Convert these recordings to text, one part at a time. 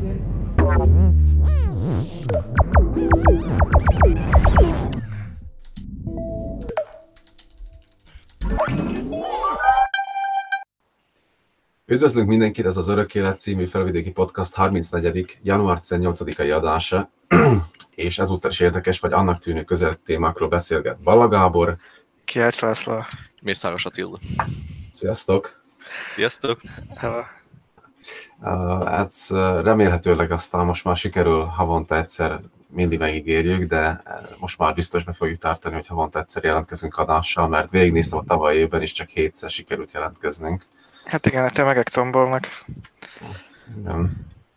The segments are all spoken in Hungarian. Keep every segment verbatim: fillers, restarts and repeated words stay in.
Üdvözlünk mindenkit, ez az Örök Élet című felvidéki podcast harmincnegyedik január tizennyolcadikai adása, és ezúttal is érdekes vagy annak tűnő közeli témákról beszélget Balla Gábor. Kiács László. Mészáros Attila. Sziasztok! Sziasztok! Hello. Uh, hát remélhetőleg aztán most már sikerül havonta egyszer, mindig megígérjük, de most már biztos be fogjuk tartani, hogy havonta egyszer jelentkezünk adással, mert végignéztem a tavalyi évben is csak hétszer sikerült jelentkeznünk. Hát igen, a tömegek tombolnak. Igen.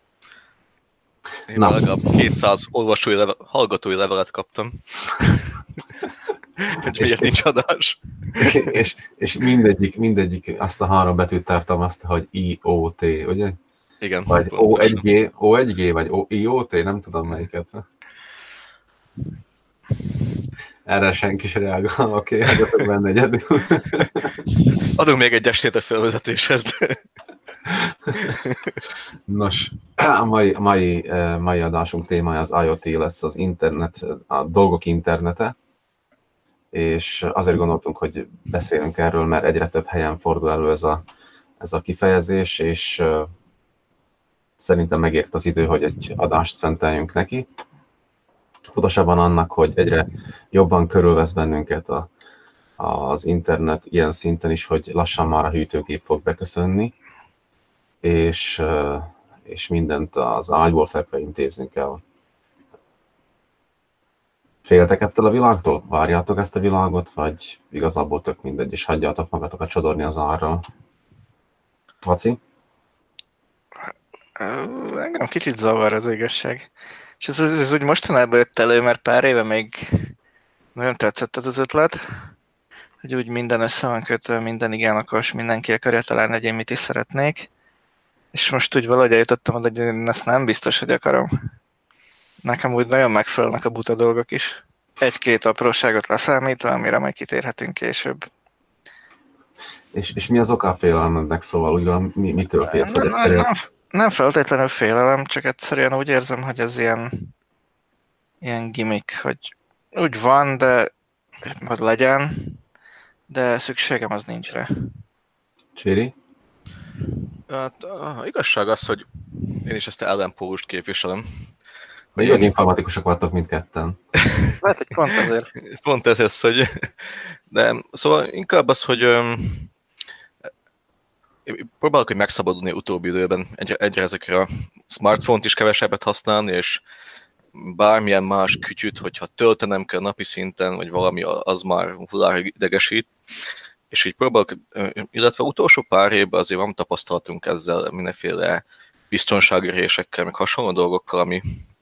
Én legalább kétszáz olvasói leve, hallgatói levelet kaptam. Hogy miért nincs adás. és, és mindegyik, mindegyik azt a három betűt tartalmazta, hogy I O T, ugye? Igen. Vagy O egy G, O egy G, vagy I O T, nem tudom melyiket. Erre senki se reagál, oké, okay, hagyjatok benne egyedül. Adunk még egy estét a felvezetéshez. Nos, a mai, a mai, mai adásunk témája az I O T lesz, az internet, a dolgok internete, és azért gondoltunk, hogy beszélünk erről, mert egyre több helyen fordul elő ez a, ez a kifejezés, és szerintem megért az idő, hogy egy adást szenteljünk neki. Pontosabban annak, hogy egyre jobban körülvesz bennünket a, az internet ilyen szinten is, hogy lassan már a hűtőgép fog beköszönni, és, és mindent az ágyból fekve intézünk el. Féltek ettől a világtól? Várjátok ezt a világot, vagy igazából tök mindegy, és hagyjátok magatokat csodorni az árral? Laci? Engem kicsit zavar az igazság. És ez, ez úgy mostanában jött elő, mert pár éve még nagyon tetszett az ötlet, hogy úgy minden össze van kötve, minden igen okos, mindenki akarja találni, hogy én mit is szeretnék. És most úgy valahogy eljutottam, hogy én ezt nem biztos, hogy akarom. Nekem úgy nagyon megfelelnek a buta dolgok is. Egy-két apróságot leszámítva, amire majd kitérhetünk később. És, és mi az oka a félelmednek, szóval úgy, mi, mitől félsz, hogy egyszerűen... Nem, nem feltétlenül félelem, csak egyszerűen úgy érzem, hogy ez ilyen, ilyen gimmick, hogy úgy van, de hogy legyen, de szükségem az nincs rá. Cséri? Hát, a igazság az, hogy én is ezt ellenpólust képviselem. Még én... informatikusok vagytok mindketten. Lehet, hogy pont ezért. Pont ez az, hogy... De szóval inkább az, hogy um, próbálok, hogy megszabadulni utóbbi időben egyre, egyre ezekre a smartphone-t is kevesebbet használni, és bármilyen más kütyüt, hogyha töltenem kell napi szinten, vagy valami, az már hullára idegesít. És így próbálok, illetve utolsó pár évben azért van tapasztalatunk ezzel mindenféle biztonsági résekkel, meg hasonló dolgokkal, ami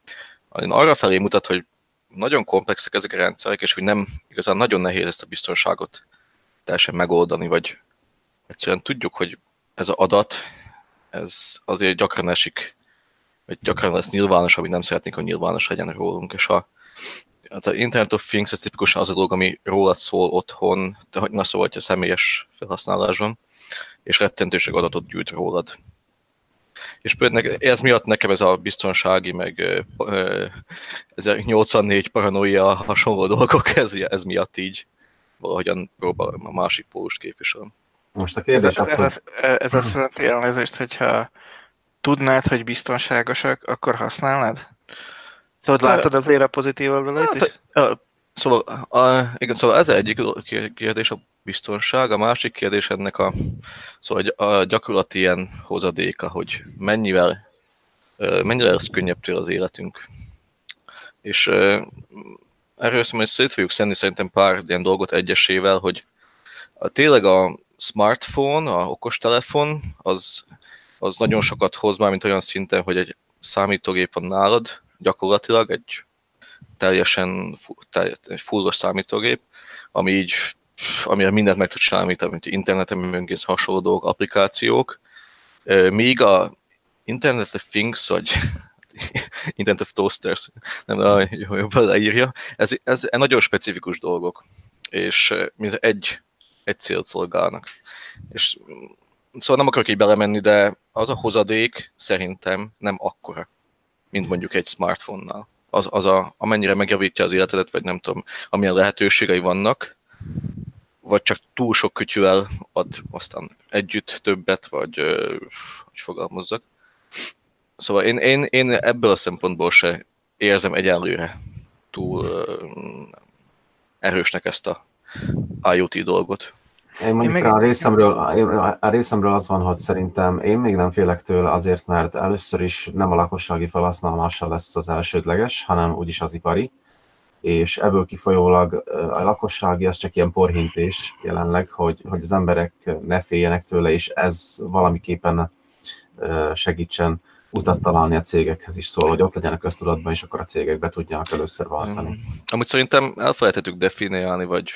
arra felé mutat, hogy nagyon komplexek ezek a rendszerek, és hogy nem igazán nagyon nehéz ezt a biztonságot teljesen megoldani, vagy egyszerűen tudjuk, hogy ez az adat, ez azért gyakran esik, vagy gyakran lesz nyilvános, amit nem szeretnénk, hogy nyilvános legyen rólunk, és a Hát az Internet of Things, ez tipikusan az a dolog, ami rólad szól otthon, de na szóval, hogy a személyes felhasználásban, és rettentőség adatot gyűjt rólad. És ez miatt nekem ez a biztonsági, meg ezernyolcvannégy paranoia hasonló dolgok, ez, ez miatt így valahogyan próbálom a másik pólust képviselem. Most a kérdés ez, az, ez, ez, ez azt jelenti elnézést, hogyha tudnád, hogy biztonságosak, akkor használnád? Szóval látod azért a pozitív oldalait is? Hát, szóval, a, igen, szóval ez egyik kérdés a biztonság, a másik kérdés ennek a, szóval a gyakorlati ilyen hozadéka, hogy mennyivel, mennyire lesz könnyebb tőle az életünk. És erről szóval szét fogjuk szedni szerintem pár ilyen dolgot egyesével, hogy a, tényleg a smartphone, a okostelefon, az, az nagyon sokat hoz már, mint olyan szinten, hogy egy számítógép van nálad, gyakorlatilag egy teljesen egy fullos számítógép, ami így, amire mindent meg tud csinálni, mint interneten mögész hasonló dolgok, applikációk. Míg a Internet of Things, vagy Internet of Toasters, nem jobban leírja, ez, ez nagyon specifikus dolgok, és egy, egy célt szolgálnak. És szóval nem akarok így belemenni, de az a hozadék szerintem nem akkora. mint mondjuk egy smartphone-nál. Az, az a, amennyire megjavítja az életedet, vagy nem tudom, amilyen lehetőségei vannak, vagy csak túl sok kütyűvel ad aztán együtt többet, vagy hogy fogalmazzak. Szóval én, én, én ebből a szempontból se érzem egyenlőre túl erősnek ezt a IoT dolgot. Én mondjuk én a, részemről, a részemről az van, hogy szerintem én még nem félek tőle azért, mert először is nem a lakossági felhasználása lesz az elsődleges, hanem úgyis az ipari, és ebből kifolyólag a lakossági az csak ilyen porhintés jelenleg, hogy, hogy az emberek ne féljenek tőle, és ez valamiképpen segítsen utat találni a cégekhez is, szól, hogy ott legyenek köztudatban, és akkor a cégek be tudjanak először váltani. Amúgy szerintem elfelejtettük definiálni, vagy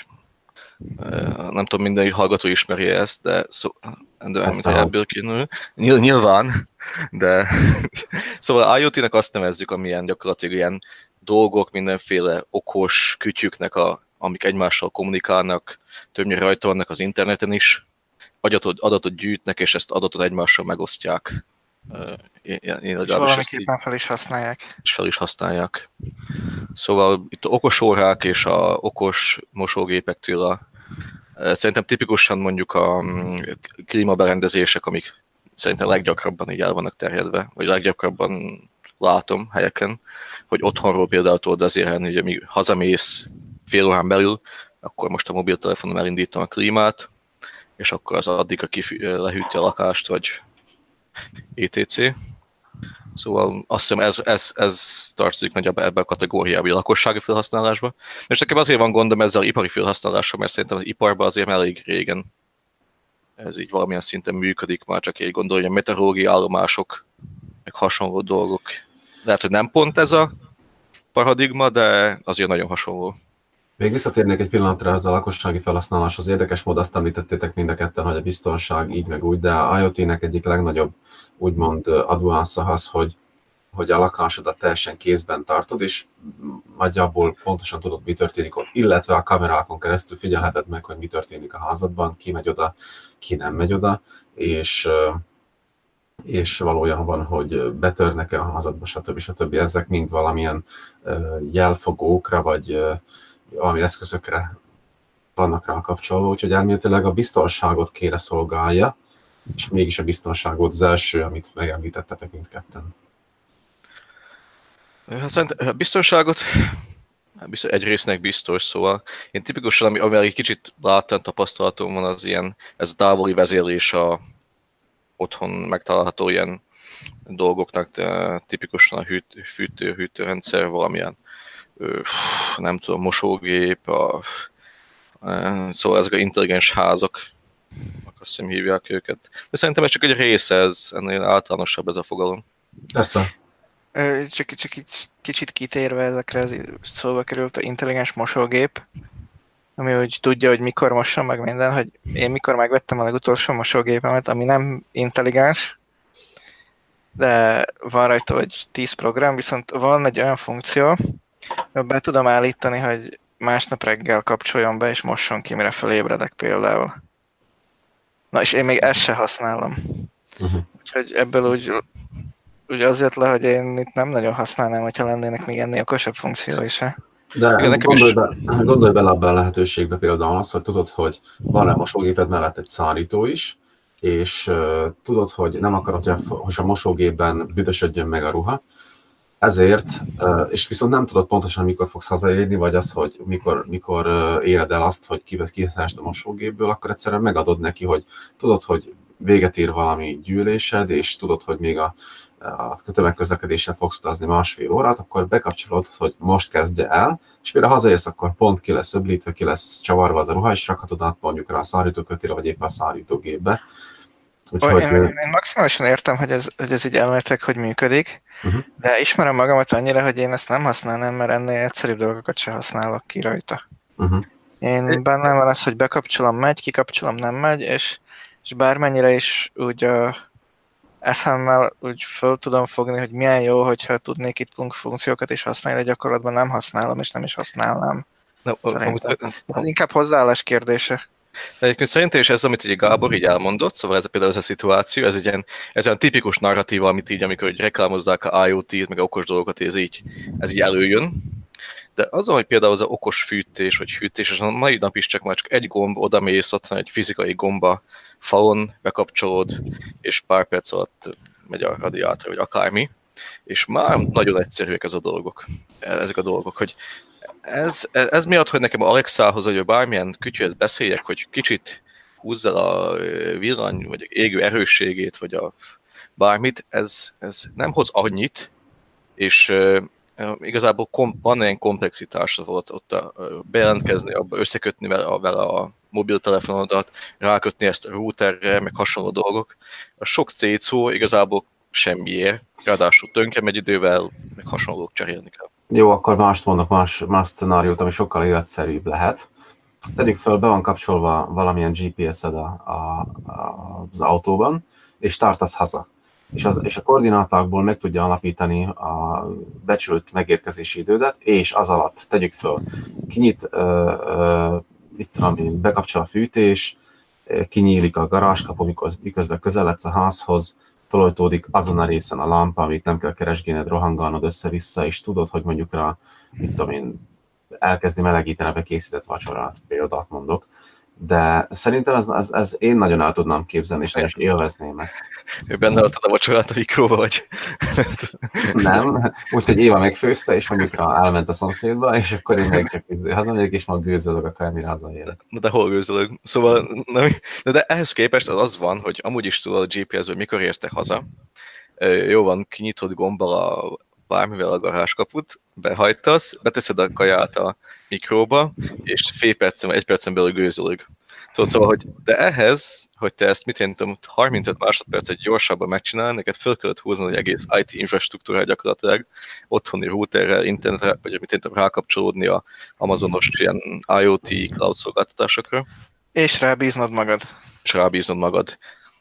nem tudom, minden hallgató ismeri ezt, de, szó, de mint ebből kínül. Nyilván, de szóval IoT-nek azt nevezzük, amilyen gyakorlatilag ilyen dolgok, mindenféle okos kütyüknek, a, amik egymással kommunikálnak, többnyire rajta vannak az interneten is, adatot, adatot gyűjtnek, és ezt adatot egymással megosztják. Én, én és valamiképpen fel is használják. És fel is használják. Szóval itt okos órák és a okos mosógépektől a, szerintem tipikusan mondjuk a klímaberendezések, amik szerintem leggyakrabban így el vannak terjedve, vagy leggyakrabban látom helyeken, hogy otthonról például tudod azért elni, hogy amíg hazamész fél órán belül, akkor most a mobiltelefonon elindítom a klímát, és akkor az addig, aki lehűti a lakást, vagy et cetera. Szóval azt hiszem ez, ez, ez tartozik nagyjából ebben a kategóriában, a lakossági felhasználásba. És nekem azért van gondom ezzel az ipari felhasználással, mert szerintem az iparban azért elég régen ez így valamilyen szinten működik, már csak így gondolom, hogy a meteorológiai állomások, meg hasonló dolgok. Lehet, hogy nem pont ez a paradigma, de azért nagyon hasonló. Még visszatérnék egy pillanatra az a lakossági felhasználáshoz. Érdekes módon azt említettétek mind a ketten, hogy a biztonság így meg úgy, de a IoT-nek egyik legnagyobb úgymond advanced az, hogy, hogy a lakásodat teljesen kézben tartod, és nagyjából pontosan tudod, mi történik ott, illetve a kamerákon keresztül figyelheted meg, hogy mi történik a házadban, ki megy oda, ki nem megy oda, és, és valójában, hogy betörnek-e a házadba, stb. stb. Ezek mind valamilyen jelfogókra, vagy valami eszközökre vannak rá kapcsolva, úgyhogy elméletileg a biztonságot kéne szolgálja, és mégis a biztonság volt az első, amit megemlítettetek mindketten. Hát szerintem a biztonságot egy résznek biztos, szóval én tipikusan, ami, ami egy kicsit láttam, tapasztalatom van, az ilyen, ez a távoli vezérlés a otthon megtalálható ilyen dolgoknak, tipikusan a hűt, fűtő, hűtőrendszer, valamilyen nem tudom, mosógép, a, szóval ezek az intelligens házak, azt hiszem hívják őket. De szerintem ez csak egy része, ez ennél általánosabb ez a fogalom. Persze. Csak, csak így kicsit kitérve ezekre, ez szóba került a intelligens mosógép, ami úgy tudja, hogy mikor mossam meg minden, hogy én mikor megvettem a legutolsó mosógépemet, ami nem intelligens, de van rajta, hogy tíz program, viszont van egy olyan funkció, be tudom állítani, hogy másnap reggel kapcsoljon be, és mosson ki, mire felébredek például. Na, és én még ezt se használom. Uh-huh. Úgyhogy ebből úgy, úgy az jött le, hogy én itt nem nagyon használnám, hogyha lennének még ennél okosabb funkció is. De igen, gondolj, is... be, gondolj bele abban a lehetőségbe például az, hogy tudod, hogy van a mosógéped mellett egy szárító is, és uh, tudod, hogy nem akarod, hogy a mosógépben büdösödjön meg a ruha, ezért, és viszont nem tudod pontosan, mikor fogsz hazaérni, vagy az, hogy mikor, mikor éred el azt, hogy kiveszed a mosógépből, akkor egyszerűen megadod neki, hogy tudod, hogy véget ér valami gyűlésed, és tudod, hogy még a, a tömegközlekedéssel fogsz utazni másfél órát, akkor bekapcsolod, hogy most kezdje el, és mire hazaérsz, akkor pont ki lesz öblítve, ki lesz csavarva az a ruha, és rakhatod át mondjuk rá a szárítókötére, vagy éppen a szárítógépbe. Úgyhogy... Én, én maximálisan értem, hogy ez, hogy ez így elméletileg hogy működik, uh-huh. de ismerem magamat annyira, hogy én ezt nem használnám, mert ennél egyszerűbb dolgokat sem használok ki rajta. Uh-huh. Én bennem van az, hogy bekapcsolom, megy, kikapcsolom, nem megy, és, és bármennyire is úgy a eszemmel úgy föl tudom fogni, hogy milyen jó, hogyha tudnék itt funkciókat is használni, de gyakorlatban nem használom, és nem is használnám. No, ez inkább hozzáállás kérdése. De egyébként szerintem is ez, amit ugye Gábor így elmondott, szóval ez a, például ez a szituáció, ez egy ilyen, ez olyan tipikus narratíva, amit így, amikor így reklámozzák a IoT-t, meg a okos dolgokat, ez így, ez így előjön. De azon, hogy például az a okos fűtés, vagy hűtés, és a mai nap is csak már csak egy gomb, odamész, ott van egy fizikai gomba falon, bekapcsolod, és pár perc alatt megy a radiátor, vagy akármi. És már nagyon egyszerűek ez a dolgok, ezek a dolgok, hogy ez, ez miatt, hogy nekem Alexához, vagy bármilyen kütyűhez beszéljek, hogy kicsit húzza a villany, vagy égő erősségét, vagy a bármit, ez, ez nem hoz annyit, és uh, igazából kom, van ilyen komplexitás volt ott a, uh, bejelentkezni, abba összekötni vele a, vele a mobiltelefonodat, rákötni ezt a routerre, meg hasonló dolgok. A sok cécó igazából semmiért, ráadásul tönkre megy idővel, meg hasonlók cserélni kell. Jó, akkor mást mondok, más, más szenáriót, ami sokkal életszerűbb lehet. Tegyük föl, be van kapcsolva valamilyen gé pé es-ed a, a, a, az autóban, és tartasz haza. És, az, és a koordinátákból meg tudja alapítani a becsült megérkezési idődet, és az alatt tegyük föl, kinyit, ö, ö, itt tudom, bekapcsol a fűtés, kinyílik a garázskapu, miközben közeledsz a házhoz, tolojtódik azon a részen a lámpa, amit nem kell keresgélned, rohangalnod össze-vissza, és tudod, hogy mondjuk rá, mit tudom én, elkezdi melegíteni a bekészített vacsorát, példát mondok. De szerintem ez, ez, ez én nagyon el tudnám képzelni, és nagyon élvezném ezt. Benne adtad a vacsorát a mikróba, vagy? Nem, úgyhogy Éva megfőzte, és mondjuk rá elment a szomszédba, és akkor én meg csak hazamegyek, és majd gőzölök akármire hazaérek. Na de hol gőzölök? Szóval, nem, de ehhez képest az, az van, hogy amúgy is tudod a gé pé es-ből, mikor érsz haza. Jó van, kinyitod gombbal a bármivel a garázskaput, behajtasz, beteszed a kaját a mikróba, és fél percen, egy percen belül gőzölög. Tudod, szóval, hogy de ehhez, hogy te ezt mit én tudom, harmincöt másodpercet gyorsabban megcsinálni, neked föl kellett húzni egy egész i té infrastruktúrát gyakorlatilag, otthoni routerrel, internetre, vagy mit én tudom, rákapcsolódni a Amazonos ilyen IoT cloud szolgáltatásokra. És rábíznod magad. És rábíznod magad.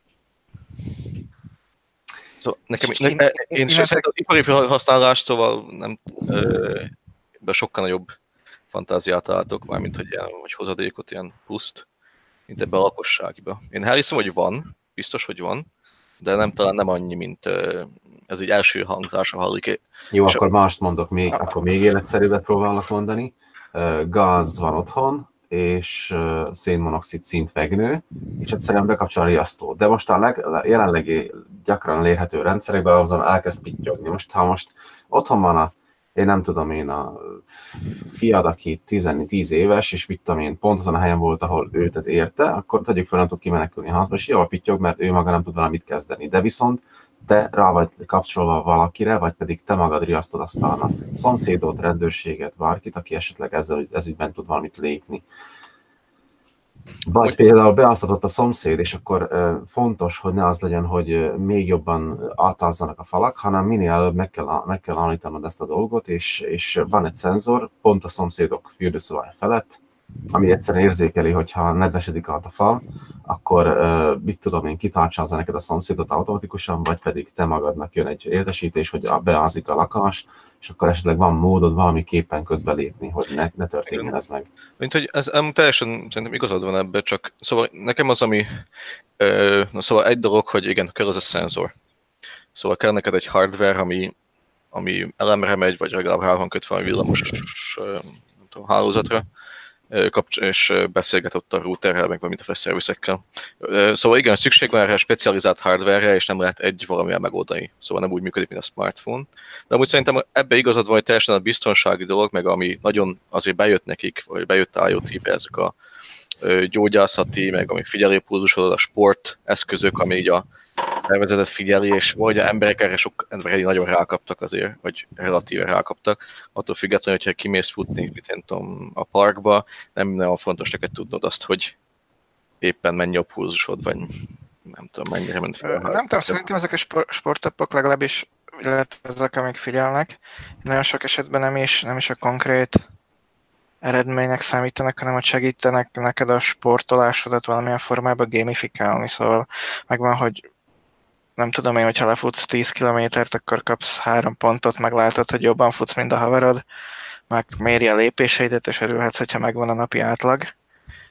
Szóval nekem, én, ne, én, én, én szerintem az ipari felhasználás, szóval nem, ö, sokkal nagyobb fantáziát látok, mármint hogy, ilyen, hogy hozadékot, ilyen pluszt, mint ebbe a lakosságba. Én elhiszem, hogy van, biztos, hogy van, de nem talán nem annyi, mint ö, ez egy első hangzásra hallik. Jó, akkor mást mondok még, akkor még életszerűbbet próbálok mondani. Gáz van otthon, és szénmonoxid szint megnő, és egyszerűen bekapcsol a riasztót. De most a leg, jelenlegi gyakran elérhető rendszerekben azon elkezd pittyogni. Most, ha most otthon van a, én nem tudom én, a fiad, aki tíz éves, és mit tudom én, pont azon a helyen volt, ahol őt ez érte, akkor tegyük fel, nem tud kimenekülni a házba, és jól pittyog, mert ő maga nem tud valamit kezdeni. De viszont te rá vagy kapcsolva valakire, vagy pedig te magad riasztod aztán a szomszédot, rendőrséget, bárkit, aki esetleg ezzel, ezügyben tud valamit lépni. Vagy például beasztatott a szomszéd, és akkor uh, fontos, hogy ne az legyen, hogy uh, még jobban átázzanak a falak, hanem minél előbb meg kell, meg kell állítanod ezt a dolgot, és, és van egy szenzor, pont a szomszédok fürdőszobája felett, ami egyszerűen érzékeli, hogyha nedvesedik át a fal, akkor uh, mit tudom én, kitárcsázza neked a szomszédot automatikusan, vagy pedig te magadnak jön egy értesítés, hogy beázik a lakás, és akkor esetleg van módod valamiképpen közbelépni, hogy ne, ne történjen ez meg. Mint hogy ez um, teljesen szerintem igazad van ebbe, csak szóval nekem az, ami ö, na szóval egy dolog, hogy igen, kell az a szenzor. Szóval kell neked egy hardware, ami, ami elemre megy, vagy legalább rá van kötve a villamos nem tudom, hálózatra, és beszélget ott a routerrel, meg valamint a szervizekkel. Szóval igen, szükség van erre specializált hardware-re, és nem lehet egy valamivel megoldani. Szóval nem úgy működik, mint a smartphone. De amúgy szerintem ebbe igazad van, hogy teljesen a biztonsági dolog, meg ami nagyon azért bejött nekik, vagy bejött a IoT-be ezek a gyógyászati, meg ami figyelő pulzusod, a sport eszközök, ami így a szervezetet figyeli, és vagy a emberek erre sok emberek nagyon rákaptak azért, vagy relatíve rákaptak. Attól függetlenül, hogyha kimész futni, mit én tudom, a parkba, nem nagyon fontos neked tudnod azt, hogy éppen mennyi a pulzusod, vagy nem tudom, mennyire ment fel. Nem tudom, szerintem ezek a sportappok legalábbis, illetve ezek, amik figyelnek, nagyon sok esetben nem is, nem is a konkrét eredmények számítanak, hanem hogy segítenek neked a sportolásodat valamilyen formában gamifikálni, szóval megvan, hogy nem tudom én, hogyha lefutsz tíz kilométert, akkor kapsz három pontot, meglátod, hogy jobban futsz, mint a haverod, meg méri a lépéseidet, és örülhetsz, hogyha megvan a napi átlag.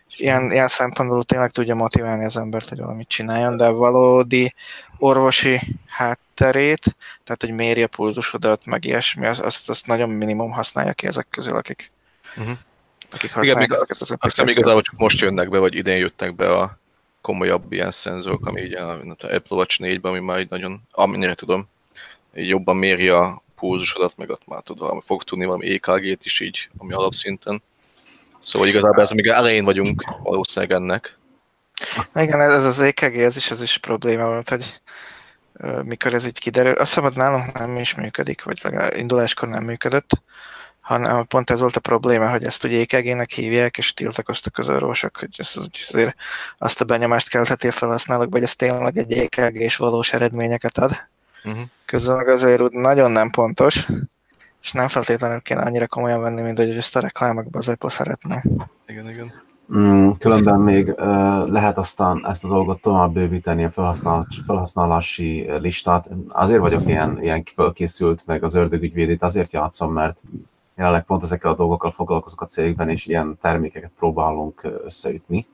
és ilyen, ilyen szempontból tényleg tudja motiválni az embert, hogy valamit csináljon, de valódi orvosi hátterét, tehát hogy méri a pulzusodat, meg ilyesmi, azt, azt, azt nagyon minimum használja ki ezek közül, akik, Uh-huh. akik használják Igen, ezeket az azt hiszem applikációkat. igazából csak most jönnek be, vagy idén jöttek be a komolyabb ilyen szenzorok, ami így a Apple Watch négyben, ami már így nagyon, amennyire tudom, így jobban méri a pulzusodat, meg ott már tud valami, fog tudni valami é ká gét is így, ami alapszinten. Szóval igazából ez még elején vagyunk valószínűleg ennek. Igen, ez az é ká gé, ez is, ez is probléma volt, hogy uh, mikor ez így kiderül. Azt hiszem, hogy nálunk nem is működik, vagy legalább induláskor nem működött, hanem pont ez volt a probléma, hogy ezt ugye é ká gének hívják, és tiltakoztak az orvosok, hogy ez azért azt a benyomást keltheti a felhasználókba, hogy ez tényleg egy é ká gés valós eredményeket ad. Uh-huh. Közben meg azért úgy nagyon nem pontos, és nem feltétlenül kéne annyira komolyan venni, mint hogy ezt a reklámokban az Apple szeretne. Igen, igen. Mm, különben még uh, lehet aztán ezt a dolgot tovább bővíteni, a felhasznál, felhasználási listát. Azért vagyok ilyen, ilyen fölkészült, meg az ördögügyvédét azért játszom, mert jelenleg pont ezekkel a dolgokkal foglalkozok a cégben, és ilyen termékeket próbálunk összeütni.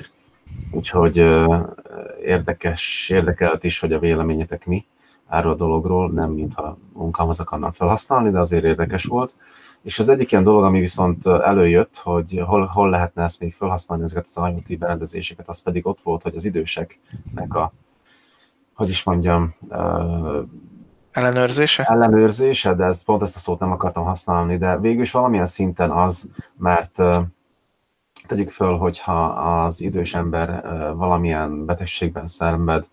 Úgyhogy uh, érdekes, érdekelt is, hogy a véleményetek mi erről a dologról, nem mintha munkámhoz akarnám felhasználni, de azért érdekes volt. És az egyik ilyen dolog, ami viszont előjött, hogy hol, hol lehetne ezt még felhasználni, ezeket az IoT berendezéseket, az pedig ott volt, hogy az időseknek a, hogy is mondjam, uh, ellenőrzése? ellenőrzése, de ez, pont ezt a szót nem akartam használni, de végül is valamilyen szinten az, mert uh, tegyük föl, hogyha az idős ember uh, valamilyen betegségben szenved,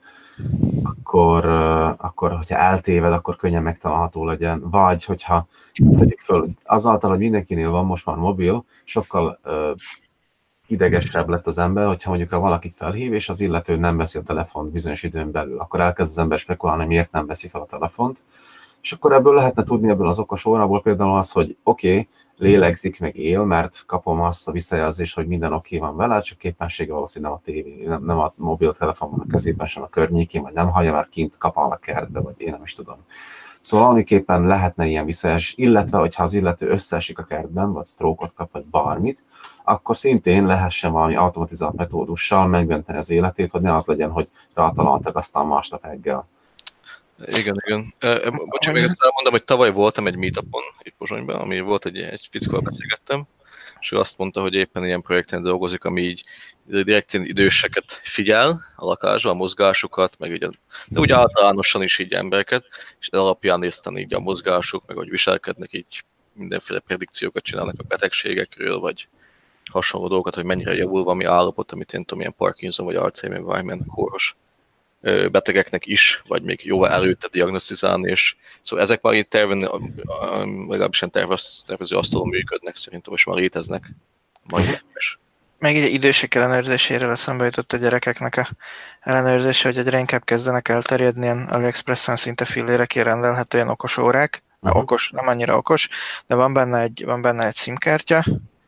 akkor, akkor, hogyha eltéved, akkor könnyen megtalálható legyen. Vagy, hogyha tegyük föl, azáltal, hogy mindenkinél van most már mobil, sokkal uh, idegesebb lett az ember, hogyha mondjuk rá valakit felhív, és az illető nem veszi a telefont bizonyos időn belül, akkor elkezd az ember spekulálni, miért nem veszi fel a telefont. És akkor ebből lehetne tudni, ebből az okos órából például az, hogy oké, okay, lélegzik, meg él, mert kapom azt a visszajelzést, hogy minden oké okay van vele, csak képessége valószínűleg nem a tévé, nem, nem a mobiltelefon van a kezében, sem a környékén, vagy nem hallja, mert kint kapál a kertbe, vagy én nem is tudom. Szóval valamiképpen lehetne ilyen visszajelzés, illetve hogyha az illető összeesik a kertben, vagy sztrókot kap, vagy bármit, akkor szintén lehessen valami automatizált metódussal megmenteni az életét, hogy ne az legyen, hogy rátaláltak aztán másnap reggel. Igen, igen. Bocsánat, még ezt elmondom, hogy tavaly voltam egy meetupon itt Pozsonyban, ami volt, egy, egy fickóval beszélgettem, és ő azt mondta, hogy éppen ilyen projekten dolgozik, ami így direkt időseket figyel a lakásban, a mozgásukat, meg ugye, de úgy általánosan is így embereket, és alapján nézteni így a mozgásuk, meg hogy viselkednek, így mindenféle predikciókat csinálnak a betegségekről, vagy hasonló dolgokat, hogy mennyire javul valami állapot, amit én tudom, ilyen Parkinson vagy Alzheimer, vagy milyen kóros betegeknek is, vagy még jóval előtte diagnosztizálni, és szóval ezek már így terven, legalábbis ilyen tervező asztalon működnek, szerintem most már léteznek. Majd Meg így idősek ellenőrzéséről eszembe jutott a gyerekeknek a ellenőrzése, hogy egyre inkább kezdenek elterjedni ilyen AliExpressen szinte fillére kirendelhető ilyen okos órák. Uh-huh. Okos, nem annyira okos, de van benne egy, van benne egy SIM-kártya,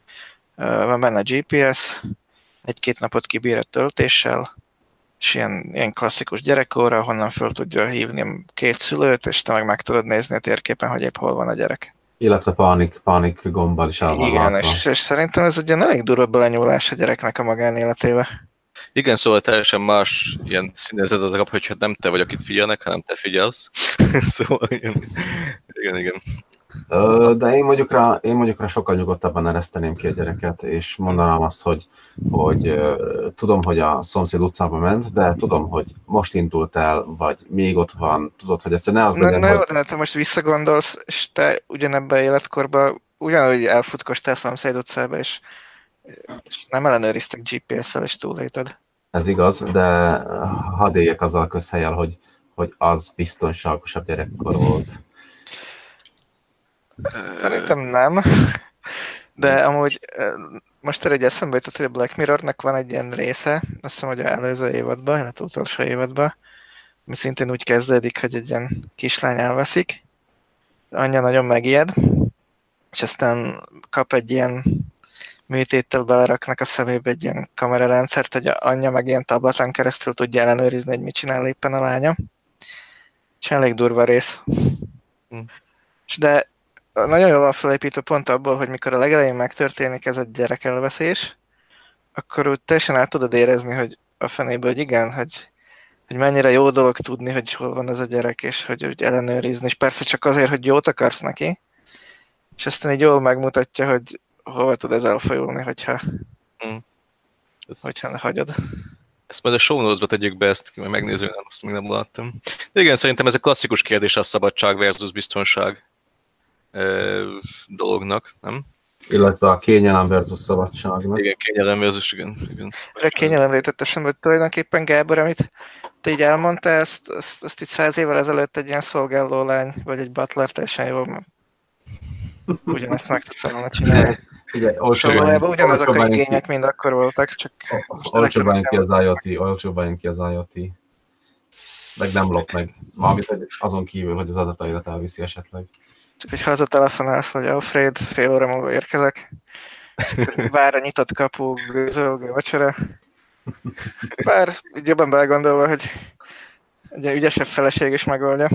van benne gé pé es, egy-két napot kibír töltéssel, és ilyen, ilyen klasszikus gyerekóra, honnan föl tudja hívni két szülőt, és te meg meg tudod nézni a térképen, hogy épp hol van a gyerek. Illetve pánik, pánik gombbal is el van Igen, látva. és, és szerintem ez egy elég durva belenyúlás a gyereknek a magánéletébe. Igen, szóval teljesen más ilyen színezetet kap, hogyha nem te vagy, akit figyelnek, hanem te figyelsz. Szóval igen, igen, igen. De én mondjuk rá, én mondjuk rá sokkal nyugodtabban ereszteném ki a gyereket, és mondanám azt, hogy, hogy uh, tudom, hogy a szomszéd utcába ment, de tudom, hogy most indult el, vagy még ott van, tudod, hogy ezt ne az legyen, Na, na hogy... jó, de te most visszagondolsz, és te ugyanebben életkorban ugyanúgy elfutkostál szomszéd utcába, és, és nem ellenőriztek gé pé es-szel, és túlélted. Ez igaz, de hadd éljek azzal a közhellyel, hogy, hogy az biztonságosabb gyerekkor volt. Szerintem nem, de amúgy most erre egy eszembe jutott, hogy a Black Mirrornak van egy ilyen része, azt hiszem, hogy az előző évadban, illetve utolsó évadban, ami szintén úgy kezdődik, hogy egy ilyen kislány elveszik, anyja nagyon megijed, és aztán kap egy ilyen műtéttel beleraknak a szemébe egy ilyen kamerarendszert, hogy a anyja meg ilyen tableten keresztül tudja ellenőrizni, hogy mit csinál éppen a lánya. És elég durva rész. Hm. De nagyon jól van felépítő pont abból, hogy mikor a legelején megtörténik ez a gyerekelveszés, akkor úgy teljesen át tudod érezni, hogy a fenébe, hogy igen, hogy, hogy mennyire jó dolog tudni, hogy hol van ez a gyerek, és hogy úgy ellenőrizni, és persze csak azért, hogy jót akarsz neki, és aztán így jól megmutatja, hogy hova tud ez elfajulni, hogyha, Mm. Ez, hogyha hagyod. Ezt majd a show notes-ba tegyük be, ezt meg megnéző, nem, azt még nem láttam. De igen, szerintem ez a klasszikus kérdés a szabadság versus biztonság ö, dolognak, nem? Illetve a kényelem versus szabadságnak. Igen, kényelem versus igen. igen De kényelemre jutott eszembe, hogy tulajdonképpen Gábor, amit te így elmondtál, ezt, ezt, ezt itt száz évvel ezelőtt egy ilyen szolgáló lány, vagy egy butler teljesen jól ugyanezt meg tudtam volna csinálni. Ugye, Szóval ugyanazok a igények mind akkor voltak, csak olcsóbb ki az IoT, olcsóbb ki az IoT. Meg nem lop meg. Valamit azon kívül, hogy az adataidat elviszi esetleg. Csak hogy hazatelefonálsz, hogy Alfred, fél óra múlva érkezek. Vár a nyitott kapu, gőzölgő vacsora. Bár így jobban belegondolva, hogy egy ügyesebb feleség is megoldja.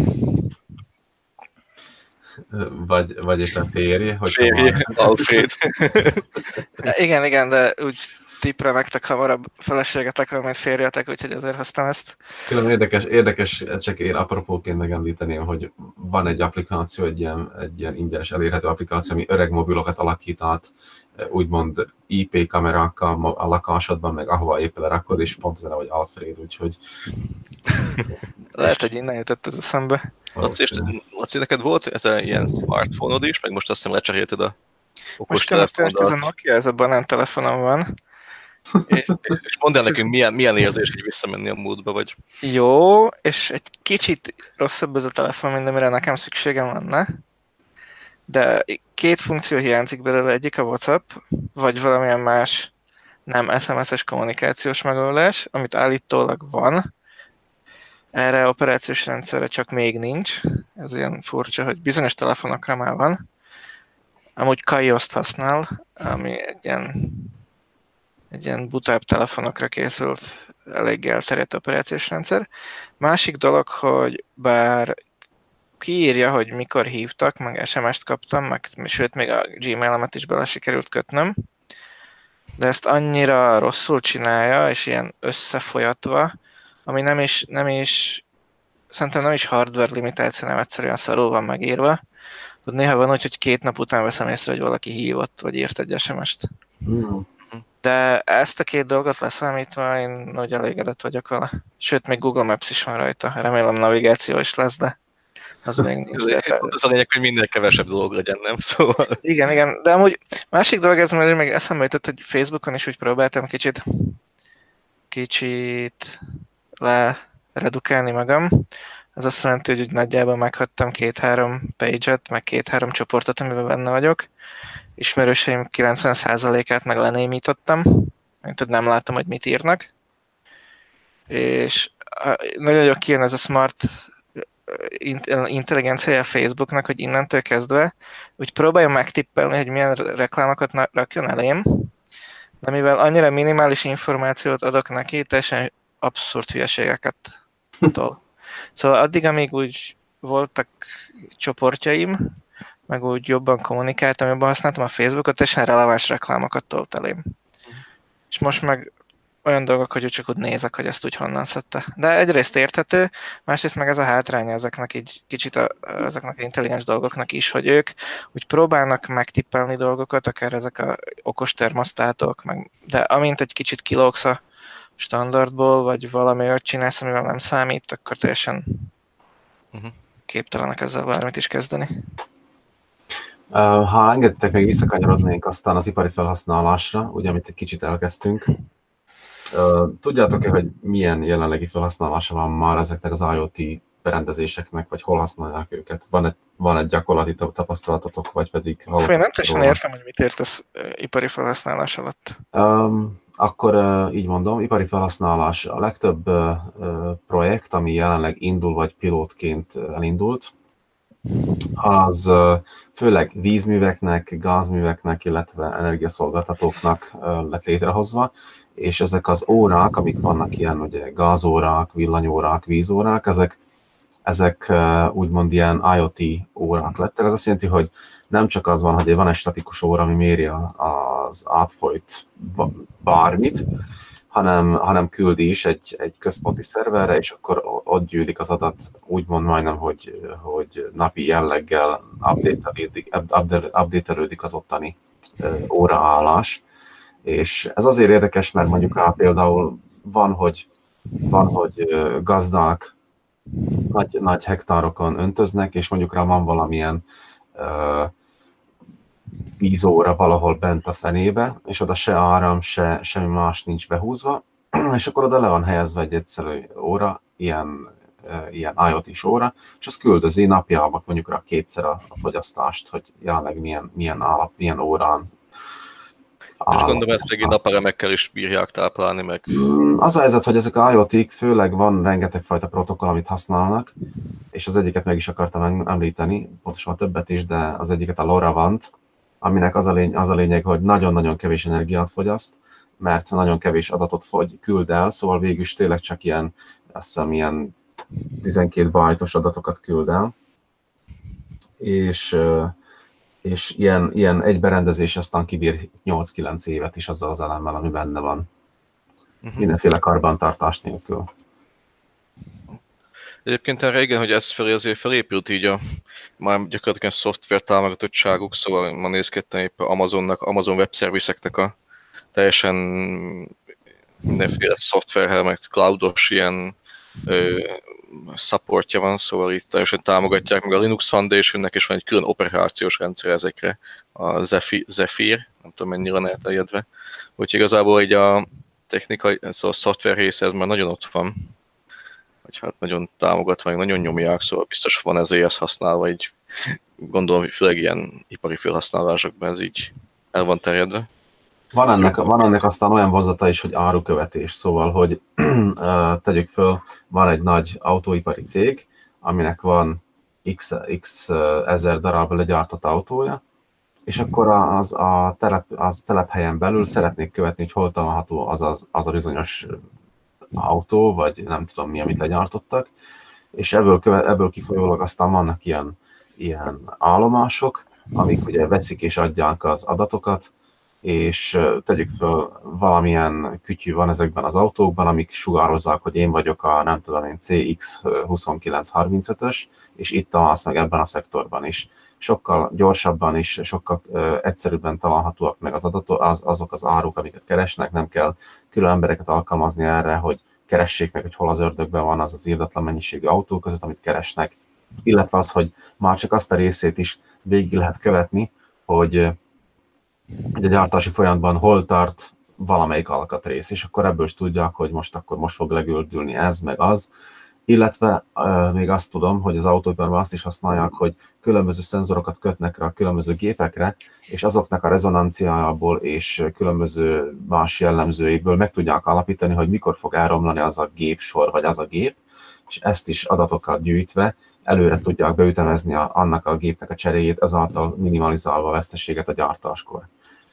Vagy, vagy éppen férje. Hogy férje, Alfred. Igen, igen, de úgy tipre nektek hamarabb feleségetek van, mint férjetek, úgyhogy ezért hoztam ezt. Külön érdekes, érdekes, csak én apropóként megemlíteném, hogy van egy applikáció, egy ilyen, egy ilyen ingyenes elérhető applikáció, ami öreg mobilokat alakít át, úgymond I P kamerákkal a lakásodban, meg ahova éppen lerakod, és pont ezen, hogy Alfred, úgyhogy... Lehet, hogy innen jutott ez eszembe. Laci, Laci, neked volt ez a ilyen smartphone-od is, meg most azt hiszem lecserélted a okos telefonodat. Most ez a Nokia, ez a banán telefonom van. És, és mondd el nekünk, milyen, milyen érzés, hogy visszamenni a múltba, vagy... Jó, és egy kicsit rosszabb ez a telefon, mint amire nekem szükségem lenne. De két funkció hiányzik belőle, egyik a WhatsApp, vagy valamilyen más nem es em es-es kommunikációs megoldás, amit állítólag van. Erre operációs rendszerre csak még nincs. Ez ilyen furcsa, hogy bizonyos telefonokra már van. Amúgy Kaioszt használ, ami egy ilyen, egy ilyen butább telefonokra készült, elég elterjedt operációs rendszer. Másik dolog, hogy bár kiírja, hogy mikor hívtak, meg es em es-t kaptam, meg sőt, még a Gmail-emet is bele sikerült kötnöm, de ezt annyira rosszul csinálja, és ilyen összefolyatva, ami nem is, nem is, szerintem nem is hardware limitáció, nem egyszerűen szarul van megírva. Néha van úgy, hogy két nap után veszem észre, hogy valaki hívott, vagy írt egy es em es-t. Mm. De ezt a két dolgot leszámítva, én nagy elégedett vagyok vele. Sőt, még Google Maps is van rajta. Remélem navigáció is lesz, de az még nincs. De... Az a lényeg, hogy minél kevesebb dolog legyen, nem? Szóval... Igen, igen. De amúgy másik dolog, ez már még eszembe jutott, hogy Facebookon is úgy próbáltam kicsit kicsit leredukálni magam. Ez azt jelenti, hogy úgy nagyjából meghagytam két-három page-et, meg két-három csoportot, amiben benne vagyok. Ismerőseim kilencven százalékát meg lenémítottam, mint nem látom, hogy mit írnak. És nagyon jól kijön ez a smart intelligenciája a Facebooknak, hogy innentől kezdve úgy próbálja megtippelni, hogy milyen reklámokat rakjon elém, de mivel annyira minimális információt adok neki, teljesen abszurd hülyeségeket tol. Szóval addig, amíg úgy voltak csoportjaim, meg úgy jobban kommunikáltam, jobban használtam a Facebookot, teljesen releváns reklámokat tolt elém. Mm. És most meg olyan dolgok, hogy csak úgy nézek, hogy ezt úgy honnan szedte. De egyrészt érthető, másrészt meg ez a hátránya ezeknek így kicsit a, ezeknek a intelligens dolgoknak is, hogy ők úgy próbálnak megtippelni dolgokat, akár ezek a okos termosztátok, meg, de amint egy kicsit kilógsz a standardból, vagy valami olyat csinálsz, amivel nem számít, akkor teljesen uh-huh. képtelenek ezzel bármit is kezdeni. Ha engedtek, még visszakanyarodnénk aztán az ipari felhasználásra, ugye, amit egy kicsit elkezdtünk. Tudjátok-e, hogy milyen jelenlegi felhasználása van már ezeknek az IoT berendezéseknek, vagy hol használják őket? Van egy, van egy gyakorlati tapasztalatotok, vagy pedig... Én nem teljesen értem, hogy mit értesz ipari felhasználás alatt. Um, akkor uh, így mondom, ipari felhasználás. A legtöbb uh, projekt, ami jelenleg indul, vagy pilótként elindult, az uh, főleg vízműveknek, gázműveknek, illetve energiaszolgáltatóknak uh, lett létrehozva, és ezek az órák, amik vannak ilyen, ugye gázórák, villanyórák, vízórák, ezek, ezek uh, úgymond ilyen IoT órák lettek. Ez azt jelenti, hogy nem csak az van, hogy van egy statikus óra, ami méri a, a az átfolyt bármit, hanem, hanem küldi is egy, egy központi szerverre, és akkor ott gyűlik az adat, úgymond majdnem, hogy, hogy napi jelleggel update-elődik az ottani óraállás. És ez azért érdekes, mert mondjuk rá például van, hogy, van, hogy gazdák nagy, nagy hektárokon öntöznek, és mondjuk rá van valamilyen uh, vízóra valahol bent a fenébe, és oda se áram, se semmi más nincs behúzva, és akkor oda le van helyezve egy egyszerű óra, ilyen, uh, ilyen IoT-s óra, és az küldözi napjában mondjuk rá kétszer a, a fogyasztást, hogy jelenleg milyen, milyen, állap, milyen órán. És gondolom, ezt megint napelemekkel is bírják táplálni meg. Az a helyzet, hogy ezek a IoT-k, főleg van rengeteg fajta protokoll, amit használnak, és az egyiket meg is akartam említeni, pontosan többet is, de az egyiket a LoRaWAN-t, aminek az a, lény, az a lényeg, hogy nagyon-nagyon kevés energiát fogyaszt, mert nagyon kevés adatot fogy, küld el, szóval végül is tényleg csak ilyen, azt hiszem, ilyen tizenkét bajtos adatokat küld el, és és ilyen, ilyen egy berendezés aztán kibír nyolc-kilenc évet is azzal az elemmel, ami benne van. Uh-huh. Mindenféle karbantartás nélkül. Egyébként erre igen, hogy ez felé azért felépült így a már gyakorlatilag szoftver támogatottságuk, szóval ma nézkedtem éppen Amazonnak, Amazon Web Service-eknek a teljesen mindenféle szoftverhez, meg cloudos ilyen ö, supportja van, szóval itt teljesen támogatják, meg a Linux Foundationnek is van egy külön operációs rendszer ezekre, a Zephyr, nem tudom mennyire van elterjedve. Úgyhogy igazából így a technikai, szóval a szoftver része ez már nagyon ott van, vagy hát nagyon támogatva, meg nagyon nyomják, szóval biztos van ezért ezt használva, így gondolom, hogy főleg ilyen ipari felhasználásokban ez így el van terjedve. Van ennek, van ennek aztán olyan vonzata is, hogy árukövetés, szóval, hogy tegyük föl, van egy nagy autóipari cég, aminek van x, x ezer darab legyártott autója, és akkor az a telep, az telephelyen belül szeretnék követni, hogy hol található az, az, az a bizonyos autó, vagy nem tudom mi, amit legyártottak, és ebből, követ, ebből kifolyólag aztán vannak ilyen, ilyen állomások, amik ugye veszik és adják az adatokat, és tegyük föl, valamilyen kütyű van ezekben az autókban, amik sugározzák, hogy én vagyok a, nem tudom én, C X huszonkilenc harmincötös, és itt találsz meg ebben a szektorban is. Sokkal gyorsabban is, sokkal uh, egyszerűbben találhatóak meg az adatok, az, azok az áruk, amiket keresnek, nem kell külön embereket alkalmazni erre, hogy keressék meg, hogy hol az ördögben van az az irdatlan mennyiségű autó között, amit keresnek, illetve az, hogy már csak azt a részét is végig lehet követni, hogy hogy a gyártási folyamatban hol tart valamelyik alkatrész, és akkor ebből is tudják, hogy most akkor most fog legördülni ez, meg az. Illetve uh, még azt tudom, hogy az autóiparban azt is használják, hogy különböző szenzorokat kötnek rá a különböző gépekre, és azoknak a rezonanciájából és különböző más jellemzőiből meg tudják alapítani, hogy mikor fog elromlani az a gépsor, vagy az a gép, és ezt is adatokat gyűjtve előre tudják beütemezni a, annak a gépnek a cseréjét, ezáltal minimalizálva a veszteséget a gyártáskor.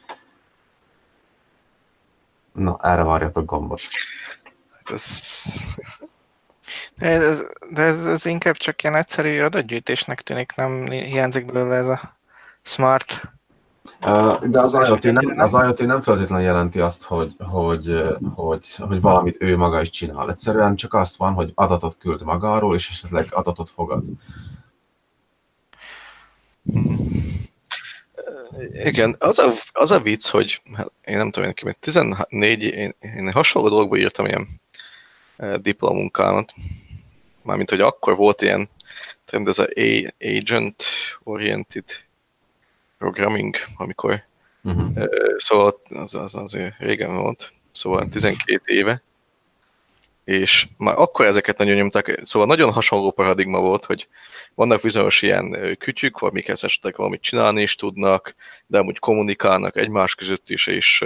Na, erre várjatok gombot. Ez... De, ez, de ez, ez inkább csak ilyen egyszerű adatgyűjtésnek tűnik, nem hiányzik belőle ez a smart. De az IoT nem, az IoT nem feltétlenül jelenti azt, hogy, hogy, hogy, hogy valamit ő maga is csinál. Egyszerűen csak azt van, hogy adatot küld magáról, és esetleg adatot fogad. Igen, az a, az a vicc, hogy hát én nem tudom, én tizennégy, én, én hasonló dolgokba írtam ilyen diplomunkámat. Mármint, hogy akkor volt ilyen trend, ez a agent-oriented programming, amikor uh-huh. Szóval az, az azért régen volt, szóval tizenkét éve, és már akkor ezeket nagyon nyomták, szóval nagyon hasonló paradigma volt, hogy vannak bizonyos ilyen kütyük, amik esetleg valamit csinálni is tudnak, de amúgy kommunikálnak egymás között is, és,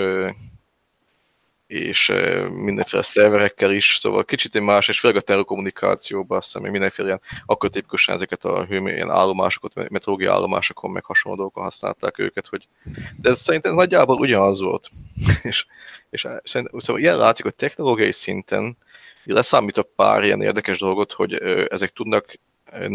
és mindenféle szerverekkel is, szóval kicsit más, és főleg a telekommunikációban azt hiszem, hogy mindenféle ilyen, akkor tipikusan ezeket a hőmérően állomásokat, meteorológiai állomásokon, meg hasonló dolgokon használták őket, hogy de ez szerintem nagyjából ugyanaz volt. és, és szerintem, szóval ilyen látszik, hogy technológiai szinten leszámítok pár ilyen érdekes dolgot, hogy ezek tudnak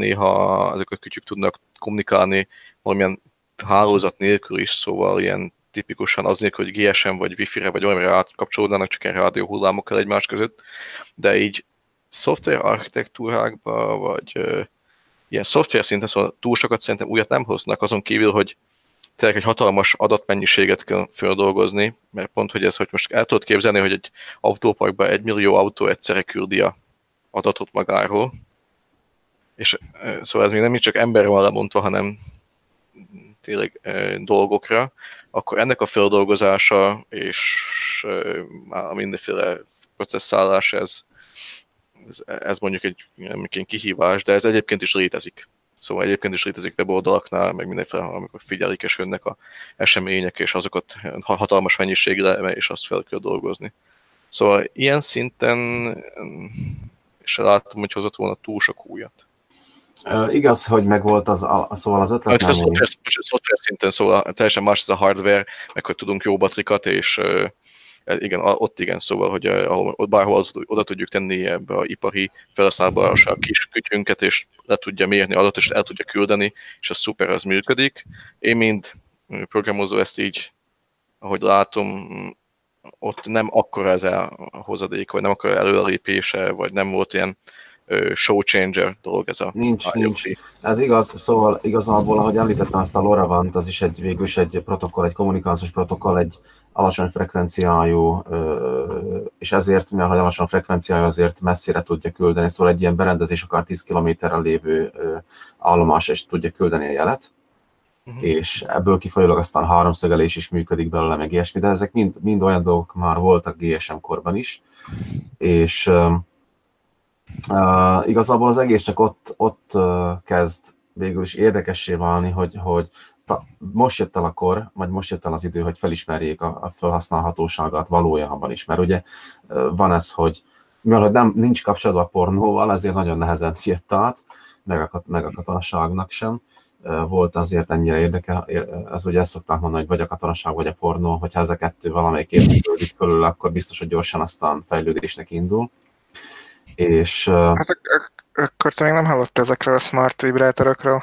néha, ezek a kütyük tudnak kommunikálni valamilyen hálózat nélkül is, szóval ilyen tipikusan az nélkül, hogy gé es em vagy Wi-Fi-re vagy olyanra átkapcsolódnának, csak ilyen rádió hullámokkal egymás között, de így szoftver architektúrákba, vagy uh, ilyen szoftver szinten, szóval túl sokat szerintem újat nem hoznak, azon kívül, hogy tényleg egy hatalmas adatmennyiséget kell feldolgozni, mert pont, hogy ez, hogy most el tudod képzelni, hogy egy autóparkban egy millió autó egyszerre küldi a adatot magáról, és uh, szóval ez még nem így csak emberre van lemondva, hanem tényleg uh, dolgokra, akkor ennek a feldolgozása és uh, a mindenféle processzálás, ez Ez, ez mondjuk egy ilyen kihívás, de ez egyébként is létezik. Szóval egyébként is létezik weboldalaknál, meg mindenféle, amikor figyelik és jönnek a események, és azokat hatalmas mennyiségre, és azt fel kell dolgozni. Szóval ilyen szinten, és látom, hogy hozott volna túl sok újat. Uh, igaz, hogy megvolt az, a, szóval az ötlet. A szoftver, szoftver szinten, szóval teljesen más ez a hardware, meg hogy tudunk jó batrikat, és igen, ott igen, szóval, hogy ahol, bárhol oda tudjuk tenni ebbe a ipari felhasználásra a kis kütyünket, és le tudja mérni adatot, és el tudja küldeni, és az szuper, az működik. Én, mint programozó, ezt így, ahogy látom, ott nem akkora ez a hozadék, vagy nem akkora előrelépése, vagy nem volt ilyen show changer dolog ez a Nincs, I O T. nincs. Ez igaz, szóval igazából, ahogy említettem azt a LoRaWAN-t, az is egy, végül is egy protokoll, egy kommunikációs protokoll, egy alacsony frekvenciájú, és ezért, mivel alacsony frekvenciájú, azért messzire tudja küldeni, szóval egy ilyen berendezés akár tíz kilométerrel lévő állomás is tudja küldeni a jelet, uh-huh. és ebből kifolyólag aztán háromszögelés is működik belőle, meg ilyesmi, de ezek mind, mind olyan dolgok már voltak gé es em korban is, és Uh, igazából az egész csak ott, ott uh, kezd végül is érdekessé válni, hogy, hogy ta, most jött el a kor, vagy most jött el az idő, hogy felismerjék a, a felhasználhatóságát valójában is, mert ugye uh, van ez, hogy mivel hogy nem, nincs kapcsolatban a pornóval, ezért nagyon nehezen jött át, meg a, meg a katonaságnak sem. Uh, volt azért ennyire érdekel, ez ugye ezt szokták mondani, hogy vagy a katonaság, vagy a pornó, hogyha ez a kettő valamelyik érdeklődik fölül, akkor biztos, hogy gyorsan aztán fejlődésnek indul. És, hát ak- ak- akkor te még nem hallottál ezekről a smart vibrátorokról.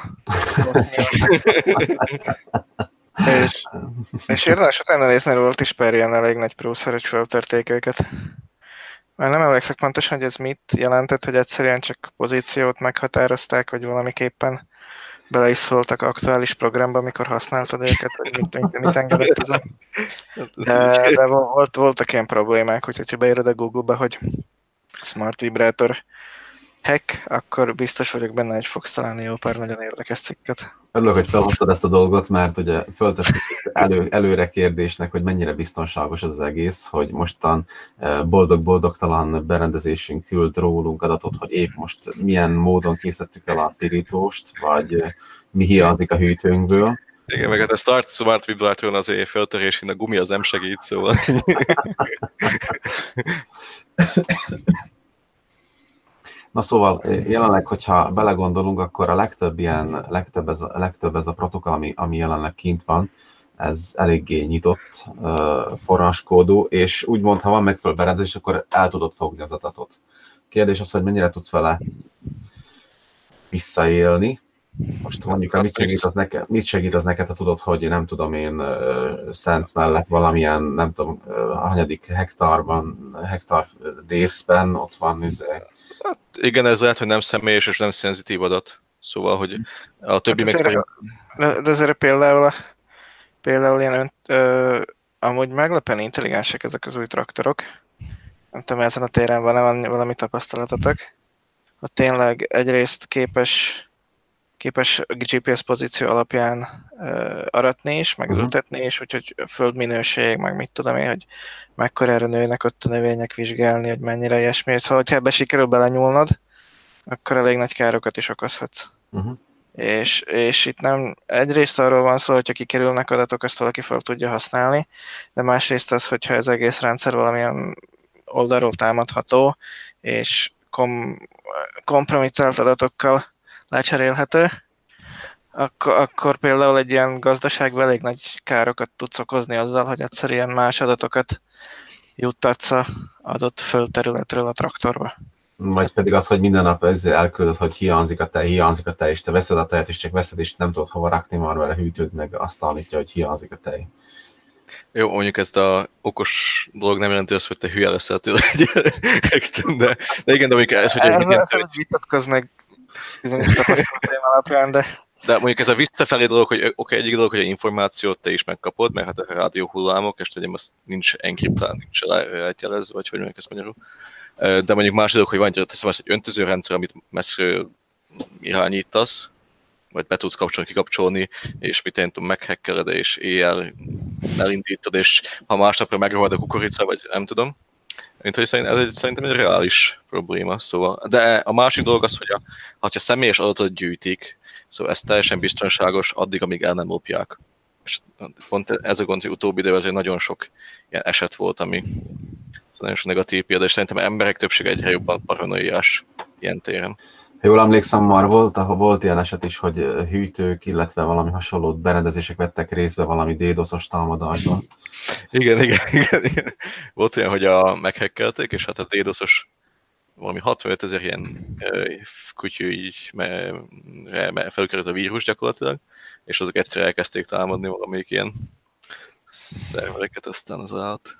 és, és érdemes utána nézni, volt is per ilyen elég nagy prószer, hogy feltörték őket. Már nem emlékszek pontosan, hogy ez mit jelentett, hogy egyszerűen csak pozíciót meghatározták, vagy valamiképpen bele is szóltak aktuális programba, amikor használtad őket, vagy mit, mit, mit engedett ez a... De, de volt, voltak ilyen problémák, úgyhogy ha beírod a Google-be, hogy smart vibrátor hack, akkor biztos vagyok benne, hogy fogsz találni jó pár nagyon érdekes cikket. Örülök, hogy felhoztad ezt a dolgot, mert ugye föltettük elő, előre kérdésnek, hogy mennyire biztonságos az egész, hogy mostan boldog-boldogtalan berendezésünk küld rólunk adatot, hogy épp most milyen módon készítettük el a pirítóst, vagy mi hiányzik a hűtőnkből. Igen, meg hát a Start Smart Vibrátoron azért feltörésén a gumi az nem segít, szóval... Na szóval jelenleg, hogyha belegondolunk, akkor a legtöbb ilyen, legtöbb ez, a, legtöbb ez a protokoll, ami, ami jelenleg kint van, ez eléggé nyitott uh, forráskódú, és úgymond, ha van megfelelő berendezés, akkor el tudod fogni az adatot. Kérdés az, hogy mennyire tudsz vele visszaélni. Most mondjuk, hát, mit, segít az neked, mit segít az neked, ha tudod, hogy nem tudom én, uh, Szent mellett valamilyen, nem tudom, uh, hanyadik hektárban, hektár részben ott van, izé. Hát igen, ez lehet, hogy nem személyes és nem szenzitív adat. Szóval, hogy a többi hát meg... De, de azért például, például ilyen ön, ö, amúgy meglepően intelligensek ezek az új traktorok. Nem tudom, ezen a téren van-e valami tapasztalatotok. Hogy tényleg egyrészt képes, képes gé pé es pozíció alapján ö, aratni is, meg ültetni is, úgyhogy földminőség, meg mit tudom én, hogy mekkorára nőnek ott a növények, vizsgálni, hogy mennyire ilyesmi. Szóval, hogyha ebbe sikerül belenyúlnod, akkor elég nagy károkat is okozhatsz. Uh-huh. És, és itt nem egyrészt arról van szó, hogyha kikerülnek adatok, azt valaki fel tudja használni, de másrészt az, hogyha ez egész rendszer valamilyen oldalról támadható, és kom, kompromittált adatokkal lecserélhető, akkor, akkor például egy ilyen gazdaságban elég nagy károkat tudsz okozni azzal, hogy egyszerűen más adatokat juttatsz a adott földterületről a traktorba. Vagy pedig az, hogy minden nap ezzel elküldöd, hogy hiányzik a tej, hiányzik a tej, és te veszed a tejet, és csak veszed, és nem tudod hova rakni, már vele hűtőd meg, azt állítja, hogy hiányzik a tej. Jó, mondjuk ezt a okos dolog nem jelenti azt, hogy te hülye leszel tőle egy de, de igen, de mondjuk ez, hogy Ez, igen, ez, hogy vitatkoznak bizonyos tapasztalataim alapján, de... de mondjuk ez a visszafelé dolog, hogy oké, okay, egyik dolog, hogy az információt te is megkapod, mert hát a rádió hullámok, és tegyem, azt nincs enkriptálva, nincs eljelezve, vagy hogy mondjuk ezt magyarul. De mondjuk más dolog, hogy van, teszem azt egy öntözőrendszer, amit messziről irányítasz, vagy be tudsz kapcsolni, kikapcsolni, és mit én tudom, meghekkeled, és éjjel elindítod, és ha másnapra megrohad a kukorica, vagy nem tudom. Mint hogy szerint, ez egy, szerintem egy reális probléma. Szóval. De a másik dolog az, hogy a, ha a személyes adatot gyűjtik, szóval ez teljesen biztonságos addig, amíg el nem lopják. És pont ez a gond, hogy utóbbi időben azért nagyon sok ilyen eset volt, ami szóval nagyon sok negatív példa, és szerintem emberek többsége egyre jobban paranoiás ilyen téren. Jól emlékszem, már volt, ahol volt ilyen eset is, hogy hűtők, illetve valami hasonló berendezések vettek részbe valami dédoszos támadásban. Igen, igen, igen, igen. Volt olyan, hogy a meghekkelték, és hát a dédoszos valami hatvanöt ezer ilyen kutyú így me, me, felkerült a vírus gyakorlatilag, és azok egyszer elkezdték támadni valamelyik ilyen szervereket, aztán az állat.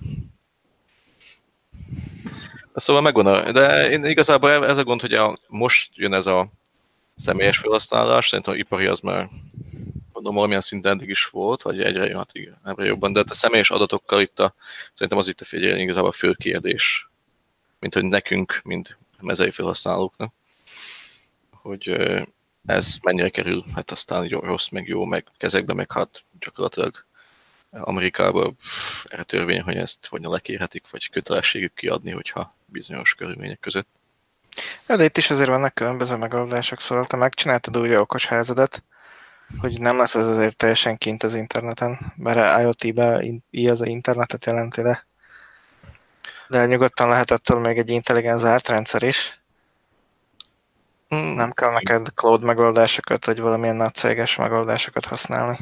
Szóval megvan, a, de én igazából ez a gond, hogy a, most jön ez a személyes felhasználás, szerintem az ipari az már mondom, valamilyen szinten eddig is volt, vagy egyre, hát igen, egyre jobban, de a személyes adatokkal itt a, szerintem az itt a figyelni igazából a fő kérdés, mint hogy nekünk, mint mezei felhasználóknak, hogy ez mennyire kerül, hát aztán jó, rossz, meg jó, meg kezekbe, meg hát gyakorlatilag Amerikában erre törvény, hogy ezt vagy lekérhetik, vagy kötelességük kiadni, hogyha bizonyos körülmények között. De itt is azért vannak különböző megoldások, szóval te megcsináltad úgy a okos házadat, hogy nem lesz ez azért teljesen kint az interneten, bár IoT-ben így az internetet jelenti, de, de nyugodtan lehet attól még egy intelligens zárt rendszer is. Hmm. Nem kell neked cloud megoldásokat, vagy valamilyen nagy céges megoldásokat használni.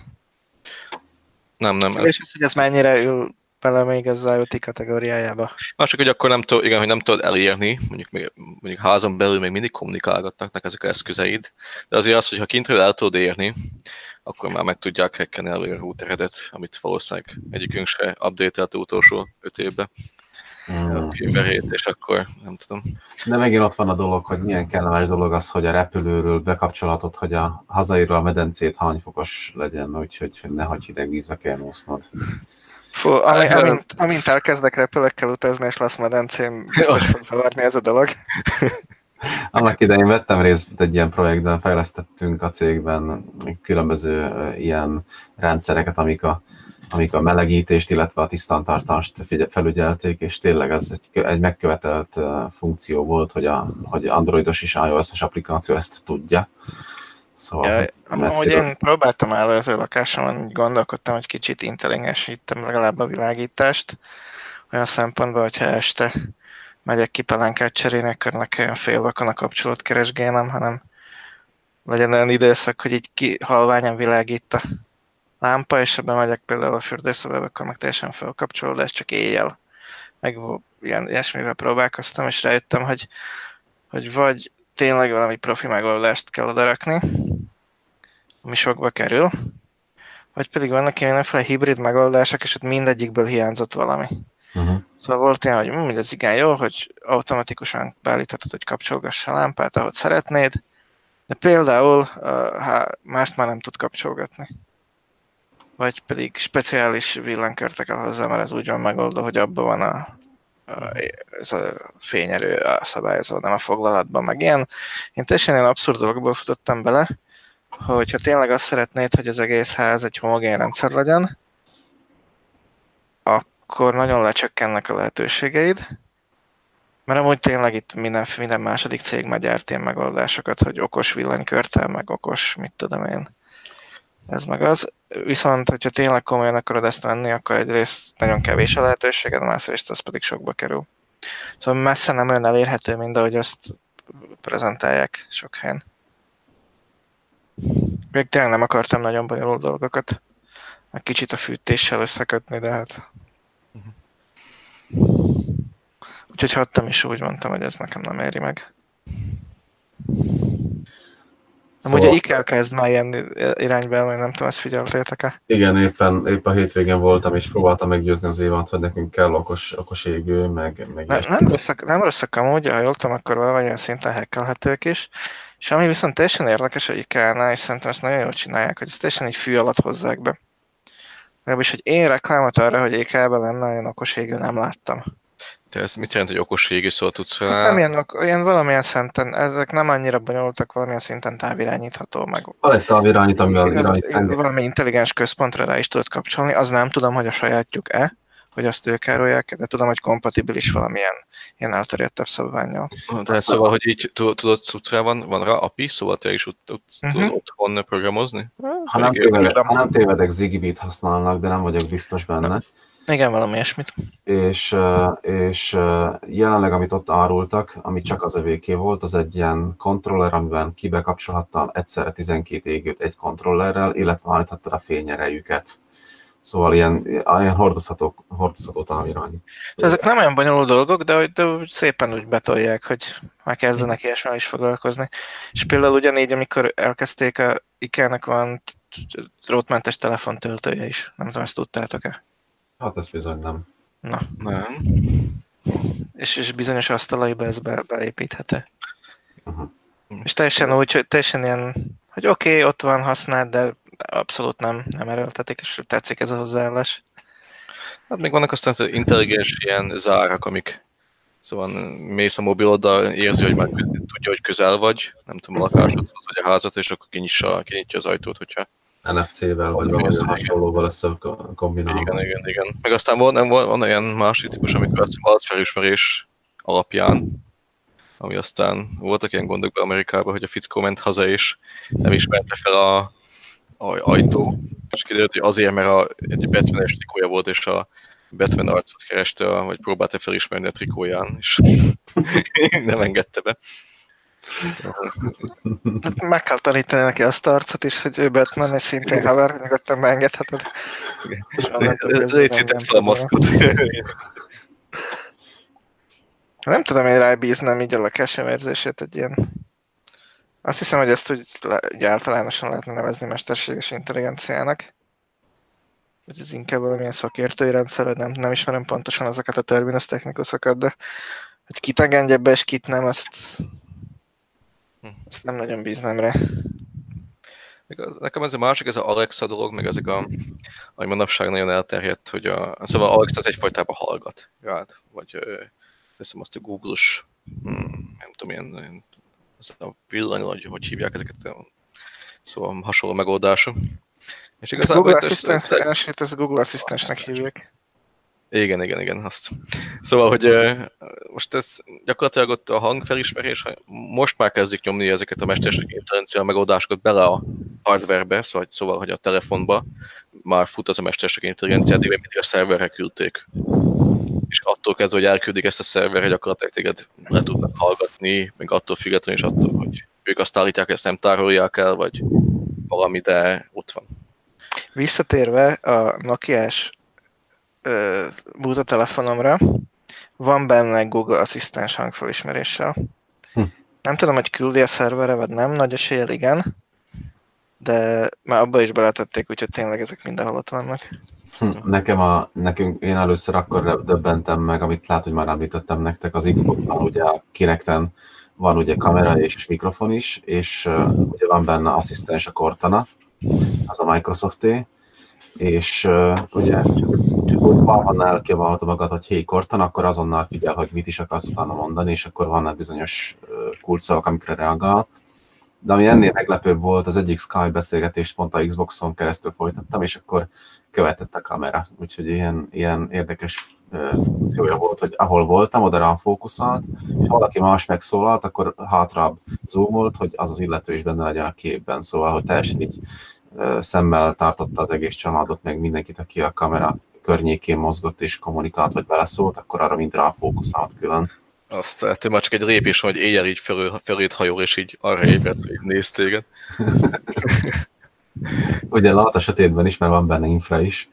Nem, nem. És ez, hogy ez mennyire ül bele még az IoT kategóriájába. Mások, hogy akkor nem tudod, igen, hogy nem tudod elérni, mondjuk, még, mondjuk házon belül még mindig kommunikálgatnak ezek az eszközeid, de azért az, hogyha kintről el tudod érni, akkor már meg tudják hackelni elő a routeredet, amit valószínűleg egyikünk se update-elte utolsó öt évben. Hmm. És akkor nem tudom. De megint ott van a dolog, hogy milyen kellemes dolog az, hogy a repülőről bekapcsolatod, hogy a hazairról a medencét hányfokos legyen, úgyhogy nehogy hideg vízbe kell úsznod. Fú, ami, amint, amint elkezdek repülőkkel utazni, és lesz medencém, biztos fog zavarni ez a dolog. Annak idején vettem részt egy ilyen projektben, fejlesztettünk a cégben különböző ilyen rendszereket, amik a, amik a melegítést, illetve a tisztántartást felügyelték, és tényleg ez egy, egy megkövetelt funkció volt, hogy, a, hogy androidos és iOS-es applikáció ezt tudja. Szóval, ja, ahogy én próbáltam előző lakásomon, gondolkodtam, hogy kicsit intelligensítem legalább a világítást, olyan szempontból, hogyha este megyek ki pelenkát cserélni, akkor ne kelljen fél vakon a kapcsolót keresgélnem, hanem legyen olyan időszak, hogy így ki, halványan világít a lámpa, és ebben megyek például a fürdőszobába, akkor meg teljesen felkapcsolód, de ez csak éjjel. Meg ilyen ilyesmivel próbálkoztam, és rájöttem, hogy, hogy vagy tényleg valami profi megoldást kell odarakni, ami sokba kerül, vagy pedig vannak ilyen mindenféle hibrid megoldások, és ott mindegyikből hiányzott valami. Uh-huh. Szóval volt ilyen, hogy hm, ez igen jó, hogy automatikusan beállíthatod, hogy kapcsolgass a lámpát, ahogy szeretnéd, de például ha mást már nem tud kapcsolgatni. Vagy pedig speciális villanykörte kell hozzá, mert ez úgy van megoldva, hogy abban van a, a, ez a fényerő a szabályozó, nem a foglalatban, meg ilyen. Én teljesen ilyen abszurd dolgokból futottam bele, hogyha tényleg azt szeretnéd, hogy az egész ház egy homogén rendszer legyen, akkor nagyon lecsökkennek a lehetőségeid, mert amúgy tényleg itt minden, minden második cég már gyárt ilyen megoldásokat, hogy okos villanykörtel, meg okos, mit tudom én, ez meg az. Viszont, hogyha tényleg komolyan akarod ezt venni, akkor egyrészt nagyon kevés a lehetőséged, másrészt az pedig sokba kerül. Szóval messze nem olyan elérhető, mint ahogy azt prezentálják sok helyen. Még tényleg nem akartam nagyon bonyolult dolgokat. Egy kicsit a fűtéssel összekötni, de hát... Úgyhogy hattam is úgy mondtam, hogy ez nekem nem éri meg. Szóval... Amúgy a IKEA kezd már ilyen irányba, vagy nem tudom, ezt figyeltétek-e? Igen, éppen, éppen a hétvégén voltam, és próbáltam meggyőzni az Évat, hogy nekünk kell okos, okos égő, meg, meg ne, nem, rosszak, nem rosszak amúgy, ha jól tudom, akkor valamilyen szinten hackelhetők is. És ami viszont teljesen érdekes a IKEA-nál, és szerintem ezt nagyon jól csinálják, hogy ezt teljesen így fű alatt hozzák be. Legalábbis, hogy én reklámot arra, hogy IKEA-ben lenne olyan okos égő, nem láttam. Te ez mit jelent, hogy okos égő, szóval tudsz fel? Hát nem ilyen, ilyen valamilyen szinten, ezek nem annyira bonyolultak, valamilyen szinten távirányítható meg. Van egy távirányít, amivel irányít. Valami intelligens központra rá is tudod kapcsolni, az nem tudom, hogy a sajátjuk-e, hogy azt ők árulják, de tudom, hogy kompatibilis valamilyen ilyen elterjedtebb szabvánnyal. De szóval, hogy így tudod, cuccra van, van rá á pé i, szóval te is tudod uh-huh. otthon programozni? Ha nem, tévedek, ha nem tévedek, Zigbee-t használnak, de nem vagyok biztos benne. Igen, valami ilyesmit. És, és jelenleg, amit ott árultak, ami csak az övéké volt, az egy ilyen kontroller, amiben kibekapcsolhattam egyszerre tizenkét égőt egy kontrollerrel, illetve állíthattad a fényerejüket. Szóval ilyen, ilyen hordozható, hordozható távirányú. Ezek nem olyan bonyolult dolgok, de, de szépen úgy betolják, hogy már kezdenek ilyesmivel is foglalkozni. És például ugyanígy, amikor elkezdték, a IKEA-nek van drótmentes telefontöltője is. Nem tudom, ezt tudtátok-e? Hát ezt bizony nem. Na. Nem. És, és bizonyos asztalaiba ez be, beépíthető. Uh-huh. És teljesen úgy, hogy teljesen ilyen, hogy oké, okay, ott van, használd, de abszolút nem, nem erőltetik, és tetszik ez a hozzáállás. Hát még vannak aztán az intelligens ilyen zárak, amik szóval mész a mobiloddal, érzi, hogy már tudja, hogy közel vagy, nem tudom, a lakásodhoz vagy a házat, és akkor kinyitja, kinyitja az ajtót, hogyha en ef cé-vel vagy valami hasonlóval összekombinálva. Igen, igen, igen. Meg aztán van, nem, van, van olyan másik típus, amikor azt arcfelismerés alapján, ami aztán voltak ilyen gondok be Amerikában, hogy a fickó ment haza és nem ismerte fel a, a ajtó, és kiderült, hogy azért, mert a, egy Batman-es trikója volt, és a Batman arcot kereste, vagy próbálta felismerni a trikóján, és nem engedte be. Hát meg kell tanítani neki azt a arcot is, hogy ő Batman, és szintén haver, nyugodtan beengedheted. Légy szintett fel a maszkot. Nem tudom, én rábíznám így a lakásemérzését egy ilyen... Azt hiszem, hogy ezt úgy, úgy általánosan lehetne nevezni mesterséges intelligenciának. Vagy ez inkább valamilyen szakértői rendszer, hogy nem, nem ismerem pontosan azokat a terminus technikusokat, de hogy kit engedje be és kit nem, azt, azt nem nagyon bíznám rá. Nekem ez a másik, ez az Alexa dolog, meg ezek a, ami manapság nagyon elterjedt, hogy a, szóval Alexa az egyfajtában hallgat rád, vagy teszem azt a Google-os, hmm, nem tudom, ilyen, ez a villany, hogy, hogy hívják ezeket, szóval hasonló megoldású. És igazából Google Assistant, elsőt ezt Google Assistantnek hívják. Igen, igen, igen, azt. Szóval, hogy uh, most ez gyakorlatilag ott a hangfelismerés, most már kezdik nyomni ezeket a mesterséges intelligencia megoldásokat bele a hardwarebe, szóval, szóval, hogy a telefonba már fut az a mesterséges intelligencia, de mindig a szerverre küldték. És attól kezdve, hogy elküldik ezt a szerverre, gyakorlatilag téged le tudnak hallgatni, még attól függetlenül is attól, hogy ők azt állítják, hogy ezt nem tárolják el, vagy valami, de ott van. Visszatérve a Nokia-s bútotelefonomra, van benne Google Asszisztens hangfelismeréssel. Hm. Nem tudom, hogy küldi a szerverre, vagy nem, nagy eséllyel igen, de már abba is beletették, úgyhogy tényleg ezek mindenhol ott vannak. Hm. Nekem a, nekünk, én először akkor döbbentem meg, amit lát, hogy már említettem nektek, az Xbox-ban ugye a Kinecten van ugye kamera és mikrofon is, és uh, ugye van benne asszisztens a Cortana, az a Microsofté, és uh, ugye csak, csak úgy valahonnál kiabálhatod magad, hogy hey Cortana, akkor azonnal figyel, hogy mit is akarsz utána mondani, és akkor vannak bizonyos uh, kulcsszavak, amikre reagál. De ami ennél meglepőbb volt, az egyik Skype beszélgetést pont a Xboxon keresztül folytattam, és akkor követett a kamera. Úgyhogy ilyen, ilyen érdekes uh, funkciója volt, hogy ahol voltam, oda rám fókuszált, és ha valaki más megszólalt, akkor hátrább zoomolt, hogy az az illető is benne legyen a képben. Szóval, hogy teljesen így uh, szemmel tartotta az egész családot, meg mindenkit, aki a kamera környékén mozgott és kommunikált, vagy beleszólt, akkor arra mind rá fókuszált külön. Azt tehát már csak egy lépés, hogy éjjel így fölé, fölét hajol, és így arra ébredt, hogy néz téged. Ugye lát a sötétben is, mert van benne infra is.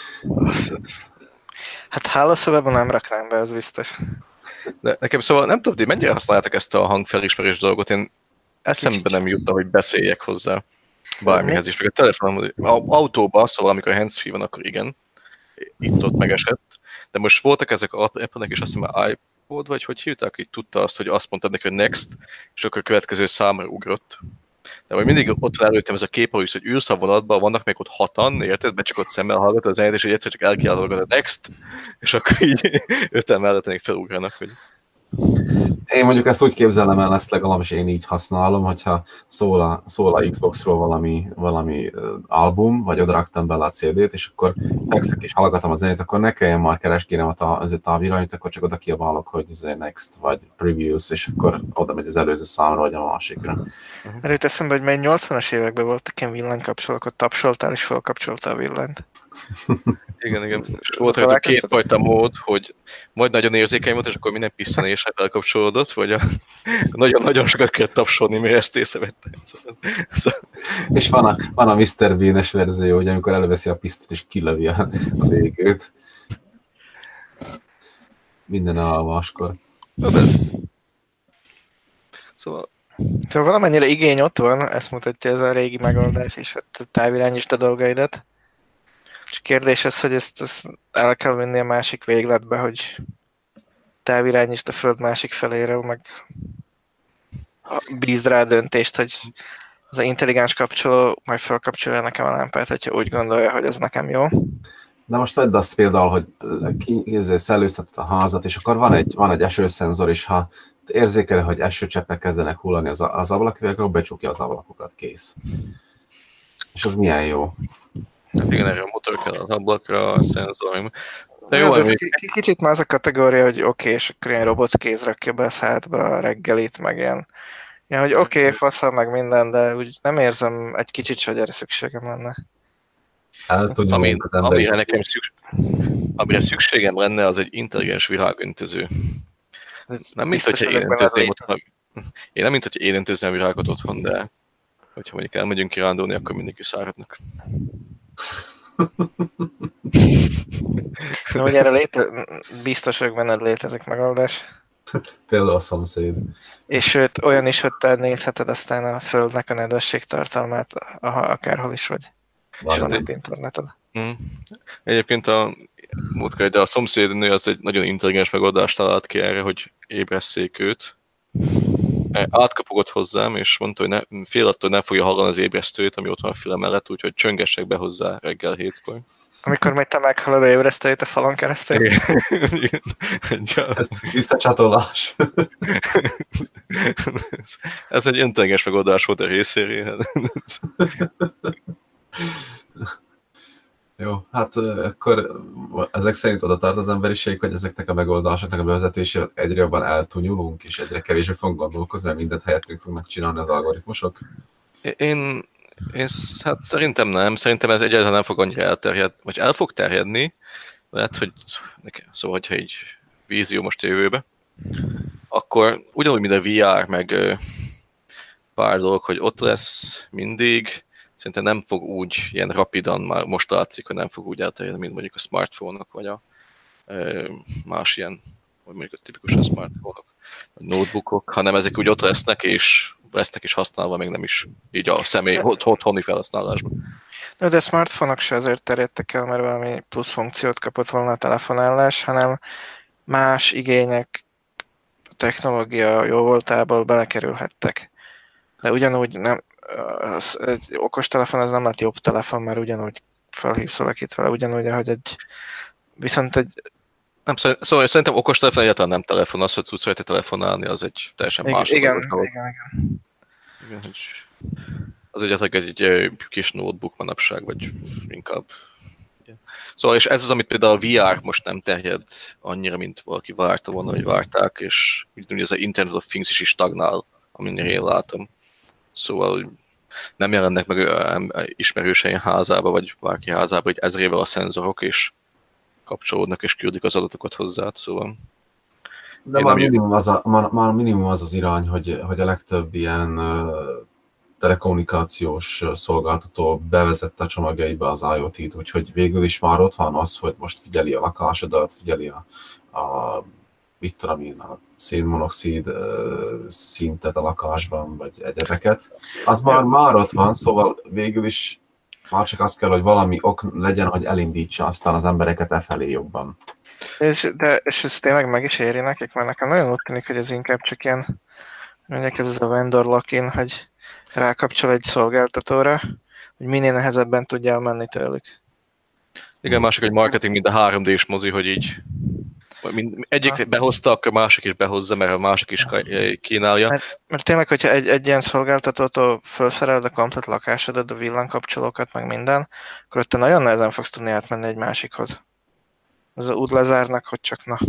Hát hálószobában nem raknám be, ez biztos. De nekem szóval nem tudom, hogy mennyire használjátok ezt a hangfelismerés dolgot. Én eszembe nem jutna, hogy beszéljek hozzá bármihez is, meg a telefonom, autóban, szóval amikor a handsfree van, akkor igen, itt-ott megesett, de most voltak ezek a Apple-nek, és azt hiszem iPod, vagy hogy hívták, így tudta azt, hogy azt mondtad neki, hogy next, és akkor a következő számra ugrott. De majd mindig ott van előttem ez a kép, hogy ülsz a vonatban, vannak még ott hatan, érted? Be csak ott szemmel hallgatod az zenét, és hogy egyszer csak elkiáltod a next, és akkor így öten mellettenek felugranak, hogy... Én mondjuk ezt úgy képzelem el, ezt legalábbis én így használom, hogyha szól a, szól a Xboxról valami, valami album, vagy oda raktam bele a cé dét, és akkor fekszek és hallgatom a zenét, akkor ne kelljen már keresgélnem a távirányít, akkor csak oda kiabálok, hogy next, vagy previews, és akkor oda megy az előző számra, vagy a másikra. Mert itt eszembe, hogy mely nyolcvanas években voltak ilyen villanykapcsolók, ott tapsoltál és felkapcsoltál a villanyt. Igen, igen. És volt hogy kétfajta mód, hogy vagy nagyon érzékeny volt, és akkor minden pisztanésre felkapcsolódott, vagy a... nagyon-nagyon sokat kellett tapsolni, mire ezt észrevettem. Szóval... És van a, van a miszter Bean-es verzió, hogy amikor előveszi a pisztot és kilövi az égőt. Minden alváskor. Ez... Szóval... Szóval valamennyire igény ott van, ezt mutatja ez a régi megoldás, és ott távirányítsd a dolgaidat. És kérdés az, hogy ezt, ezt el kell vinni a másik végletbe, hogy távirányítsd a föld másik feléről, meg bízd rá a döntést, hogy az intelligens kapcsoló majd felkapcsolja nekem a lámpát, hogyha úgy gondolja, hogy ez nekem jó. De most vedd azt például, hogy szellőzteted a házat, és akkor van egy, van egy esőszenzor, és ha érzékel, hogy esőcseppek kezdenek hullani az, az ablaküvegről, becsukja az ablakokat, kész. És az milyen jó. Hát igen, erre a motor kell az ablakra, a szenzor. De jó, de ez k- kicsit már az a kategória, hogy oké, okay, és akkor ilyen robotkéz rakja be a szádba a reggelit, meg ilyen, ilyen hogy oké, okay, faszal meg minden, de úgy nem érzem egy kicsit, hogy erre szükségem lenne. Ami, amire nekem szükség, amire szükségem lenne, az egy intelligens virágöntöző. Nem mint, hogyha én öntözném otthon. Én nem mint, hogyha én öntözném a virágot otthon, de hogyha mondjuk elmegyünk kirándulni, akkor mindig kiszáradnak. Na, hogy erre léte... biztos vagyok benned létezik megoldás. Például a szomszéd. És sőt, olyan is, hogy te nézheted aztán a földnek a nedvesség tartalmát, aha, akárhol is vagy. Van és van egy interneted. Mm. Egyébként a múltkor, de a szomszédnő az egy nagyon intelligens megoldást talált ki erre, hogy ébresszék őt. Átkapogott hozzám, és mondta, hogy ne, fél attól, hogy nem fogja hallani az ébresztőt, ami ott van a füle mellett, úgyhogy csöngessek be hozzá reggel hétkor. Amikor majd te meghallod a ébresztőjét a falon keresztül? Igen. Ez visszacsatolás. ez, ez egy intelligens megoldás volt a részéről. Jó, hát akkor ezek szerint oda tart az emberiség, hogy ezeknek a megoldásoknak a bevezetésével egyre jobban eltúnyulunk, és egyre kevésbé fogunk gondolkozni, mert mindent helyettünk fognak csinálni az algoritmusok? Én, én hát szerintem nem. Szerintem ez egyáltalán nem fog annyira elterjedni, vagy el fog terjedni. Lehet, hogy szóval, hogyha egy vízió most jövőbe, akkor ugyanúgy, mint a vé er, meg pár dolog, hogy ott lesz mindig, szerintem nem fog úgy ilyen rapidan, már most látszik, hogy nem fog úgy elterjedni, mint mondjuk a smartphone-ok, vagy a ö, más ilyen, vagy mondjuk a tipikusan smartphone-ok, vagy notebookok, hanem ezek úgy ott lesznek, és lesznek is használva, még nem is így a személy otthoni felhasználásban. No, de a smartphone-ok se azért terjedtek el, mert valami plusz funkciót kapott volna a telefonálás, hanem más igények a technológia jó voltából belekerülhettek. De ugyanúgy nem, az, egy okostelefon az nem lett jobb telefon, mert ugyanúgy felhívsz valakit vele, ugyanúgy, ahogy egy, viszont egy... Nem, szóval szerintem okostelefon egyáltalán nem telefon, az, hogy tudsz rajta telefonálni, az egy teljesen más. Igen, igen, igen, igen. igen az egyáltalán egy, egy kis notebook manapság, vagy inkább. Szóval, és ez az, amit például a vé er most nem terjed annyira, mint valaki várta volna, hogy várták, és úgy ez az Internet of Things is, is stagnál, aminél én látom. Szóval nem jelennek meg ismerőseim házába, vagy bárki házába, hogy ezrével a szenzorok, és kapcsolódnak, és küldik az adatokat hozzá, szóval... De már minimum, az a, már, már minimum az az irány, hogy, hogy a legtöbb ilyen uh, telekommunikációs szolgáltató bevezette a csomagjaiba az IoT-t, úgyhogy végül is már ott van az, hogy most figyeli a lakásodat, figyeli a, a mit tudom én, a szénmonoxid szintet a lakásban, vagy egyebeket, az már, már ott van, szóval végül is már csak az kell, hogy valami ok legyen, hogy elindítsa aztán az embereket e felé jobban. És, de, és ez tényleg meg is éri nekik, mert nekem nagyon úgy tűnik, hogy ez inkább csak ilyen, mondjuk ez az a vendor lock-in, hogy rákapcsol egy szolgáltatóra, hogy minél nehezebben tudja elmenni tőlük. Igen, másik egy marketing, mint a három dés mozi, hogy így egyik behozta, akkor másik is behozza, mert a másik is kínálja. Mert, mert tényleg, hogyha egy, egy ilyen szolgáltatótól felszereled a komplet lakásodat, a villanykapcsolókat, meg minden, akkor ott te nagyon nehezen fogsz tudni átmenni egy másikhoz. Az úgy lezárnak, hogy csak na.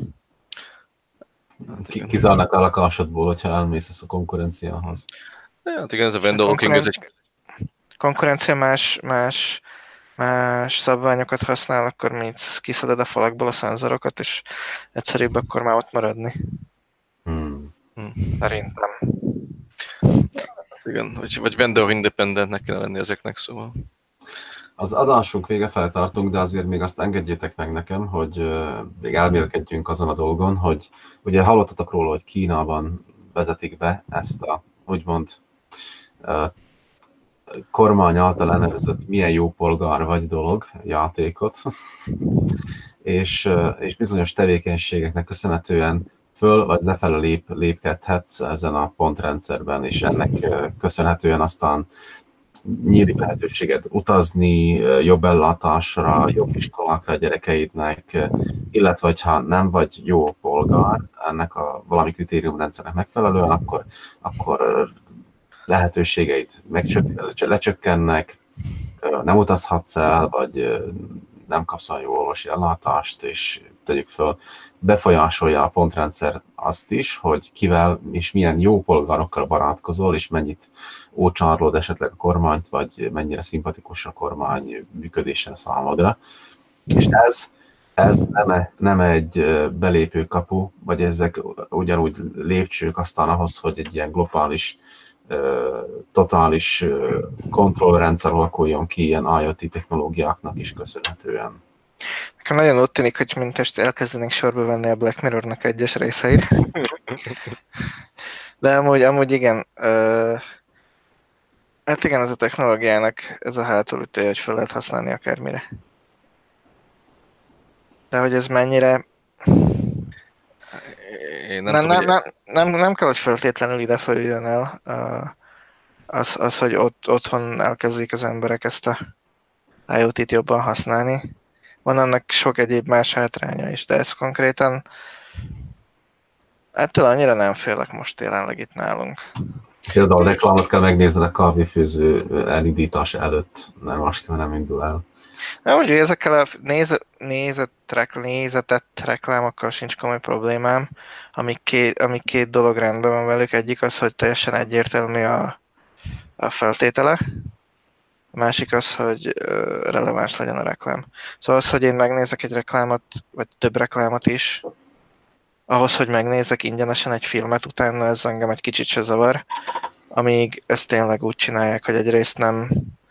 Kizárnak a lakásodból, hogyha elmész ezt a konkurenciához. Hát igen, ez a vendor locking, ez egy... konkurencia más, más, más szabványokat használ, akkor mint kiszeded a falakból a szenzorokat, és egyszerűbb akkor már ott maradni. Hmm. Szerintem. Hát igen, vagy, vagy vendor independentnek kéne lenni ezeknek, szóval. Az adásunk vége felé tartunk, de azért még azt engedjétek meg nekem, hogy uh, még elmélkedjünk azon a dolgon, hogy ugye hallottatok róla, hogy Kínában vezetik be ezt a úgymond uh, kormány által elnevezett milyen jó polgár vagy dolog játékot, és, uh, és bizonyos tevékenységeknek köszönhetően föl vagy lefelé lép, lépkedhetsz ezen a pontrendszerben, és ennek uh, köszönhetően aztán nyílik lehetőséget utazni, jobb ellátásra, jobb iskolákra a gyerekeidnek, illetve ha nem vagy jó polgár ennek a valami kritériumrendszernek megfelelően, akkor, akkor lehetőségeid lecsökkennek, nem utazhatsz el, vagy nem kapsz olyan jó orvosi ellátást, és tegyük föl, befolyásolja a pontrendszer azt is, hogy kivel és milyen jó polgárokkal barátkozol, és mennyit ócsárlod esetleg a kormányt, vagy mennyire szimpatikus a kormány működésen számodra. És ez, ez nem, nem egy belépőkapu, vagy ezek ugyanúgy lépcsők aztán ahhoz, hogy egy ilyen globális, totális kontrollrendszer alakuljon ki ilyen IoT technológiáknak is köszönhetően. Nekem nagyon úgy tűnik, hogy mint most elkezdenénk sorba venni a Black Mirrornak egyes részeit. De amúgy, amúgy igen. Uh, hát igen, ez a technológiának ez a hátulütője, hogy fel lehet használni akármire. De hogy ez mennyire... Én nem, nem, nem, tudom, nem, nem, nem kell, hogy feltétlenül ide följön el uh, az, az, hogy ott, otthon elkezdik az emberek ezt a IoT-t jobban használni. Van annak sok egyéb más hátránya is, de ez konkrétan ettől annyira nem félek most jelenleg itt nálunk. Például a reklámot kell megnézni a kávéfőző elindítás előtt, mert másképpen nem indul el. Nem, úgy, ezekkel a néz, nézett, nézetett reklámokkal sincs komoly problémám, amik két, amik két dolog rendben van velük. Egyik az, hogy teljesen egyértelmű a, a feltétele. A másik az, hogy releváns legyen a reklám. Szóval az, hogy én megnézek egy reklámot, vagy több reklámot is, ahhoz, hogy megnézek ingyenesen egy filmet, utána ez engem egy kicsit se zavar, amíg ezt tényleg úgy csinálják, hogy egyrészt nem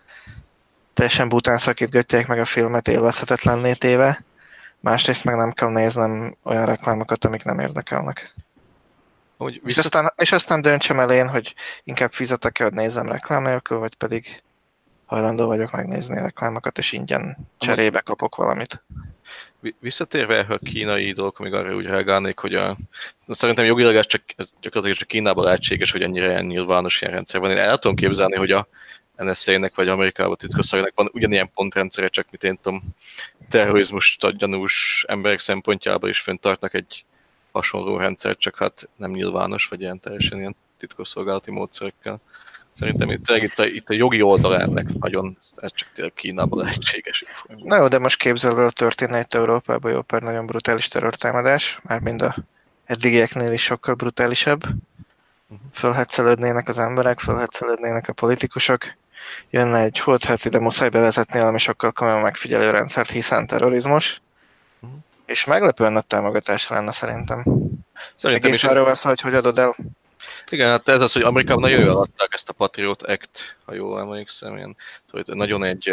teljesen bután szakítgatják meg a filmet élvezhetetlenné téve, másrészt meg nem kell néznem olyan reklámokat, amik nem érdekelnek. Hogy és, aztán, és aztán döntsem el én, hogy inkább fizetek-e, hogy nézem reklám nélkül, vagy pedig hajlandó vagyok megnézni a reklámokat, és ingyen cserébe kapok valamit. Visszatérve a kínai dolgok, még arra úgy reagálnék, hogy a, szerintem jogilag ez csak, gyakorlatilag csak Kínában lehetséges, hogy ennyire ilyen nyilvános ilyen rendszer van. Én el tudom képzelni, hogy a en es á-nek vagy Amerikában titkosszolgálatnak van ugyanilyen pontrendszere, csak mit én tudom, terrorizmus gyanús emberek szempontjából is fenntartnak egy hasonló rendszer, csak hát nem nyilvános, vagy ilyen teljesen ilyen titkosszolgálati módszerekkel. Szerintem itt, itt, a, itt a jogi oldal ennek nagyon, ez csak tényleg Kínában lehetséges. Na jó, de most képzeld el, történne itt Európában jó pár nagyon brutális terrortámadás, mármint a eddigieknél is sokkal brutálisabb. Fölhetszelődnének az emberek, fölhetszelődnének a politikusok, jönne egy hót, hát ide muszáj bevezetni valami sokkal komolyan megfigyelő rendszert, hiszen terrorizmus, uh-huh. és meglepően nagy támogatása lenne szerintem. Szerintem Egész is arról van szó, hogy hogy adod el. Igen, hát ez az, hogy Amerikában nagyon jól adták ezt a Patriot Act, ha jól emlékszem, ilyen, hogy nagyon egy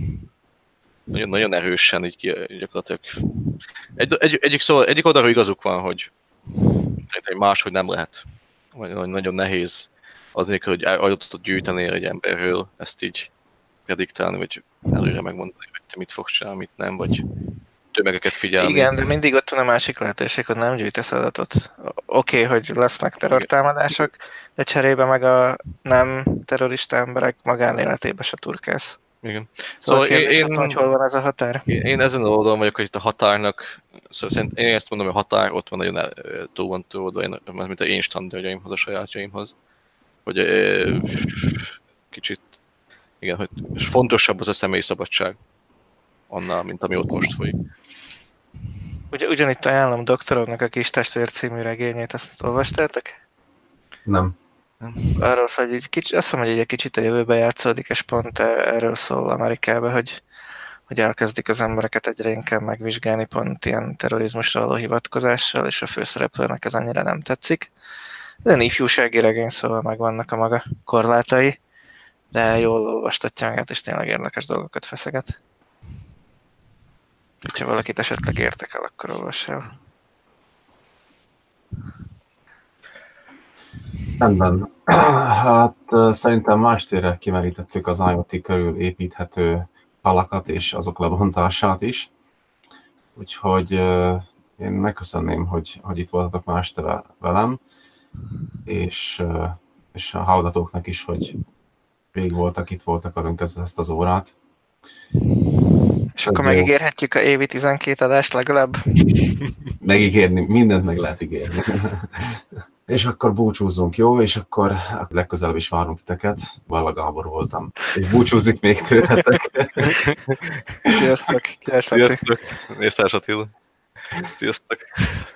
nagyon, nagyon erősen így gyakorlatilag egy, egy, egyik, szóval, egyik oldalról igazuk van, hogy Szerintem máshogy nem lehet. Nagyon, nagyon nehéz az nélkül, hogy adatot gyűjtenél egy emberről, ezt így prediktálni, vagy előre megmondani, hogy te mit fogsz csinálni, mit nem, vagy tömegeket figyelni. Igen, de mindig ott van a másik lehetőség, hogy nem gyűjtesz adatot. Oké, okay, hogy lesznek terrortámadások, de cserébe meg a nem terrorista emberek magánéletébe se turkálsz. Igen. Szóval, szóval kérdés, én, hogy hol van ez a határ? Én, én ezen a oldalon vagyok, hogy itt a határnak, szóval én ezt mondom, hogy a határ ott van nagyon túl van túl, mint a én standardjaimhoz, a sajátjaimhoz. Hogy kicsit, igen, hogy fontosabb az a személyi szabadság annál, mint ami ott most folyik. Ugy, ugyanitt ajánlom doktoromnak a Kis testvér című regényét, ezt olvastátok? Nem. Arról szól, hogy egy kicsit, azt hiszem, hogy egy kicsit a jövőbe játszódik, és pont erről szól Amerikában, hogy, hogy elkezdik az embereket egyre inkább megvizsgálni pont ilyen terrorizmusra való hivatkozással, és a főszereplőnek ez annyira nem tetszik. Ez egy ifjúsági regény, szóval megvannak a maga korlátai, de jól olvastatja magát, és tényleg érdekes dolgokat feszeget. Ha valakit esetleg érdekel, akkor olvass el. Rendben. Hát szerintem más térre kimerítettük az IoT körül építhető falakat és azok lebontását is. Úgyhogy én megköszönném, hogy, hogy itt voltatok ma este velem, és, és a hallgatóknak is, hogy végig voltak, itt voltak velünk ezt az órát. És akkor megígérhetjük a évi tizenkét adást legalább? Megígérni, mindent meg lehet ígérni. És akkor búcsúzzunk, jó? És akkor legközelebb is várunk titeket. Balla Gábor voltam. És búcsúzik még tőletek. Sziasztok! Sziasztok! Mészás Attila! Sziasztok!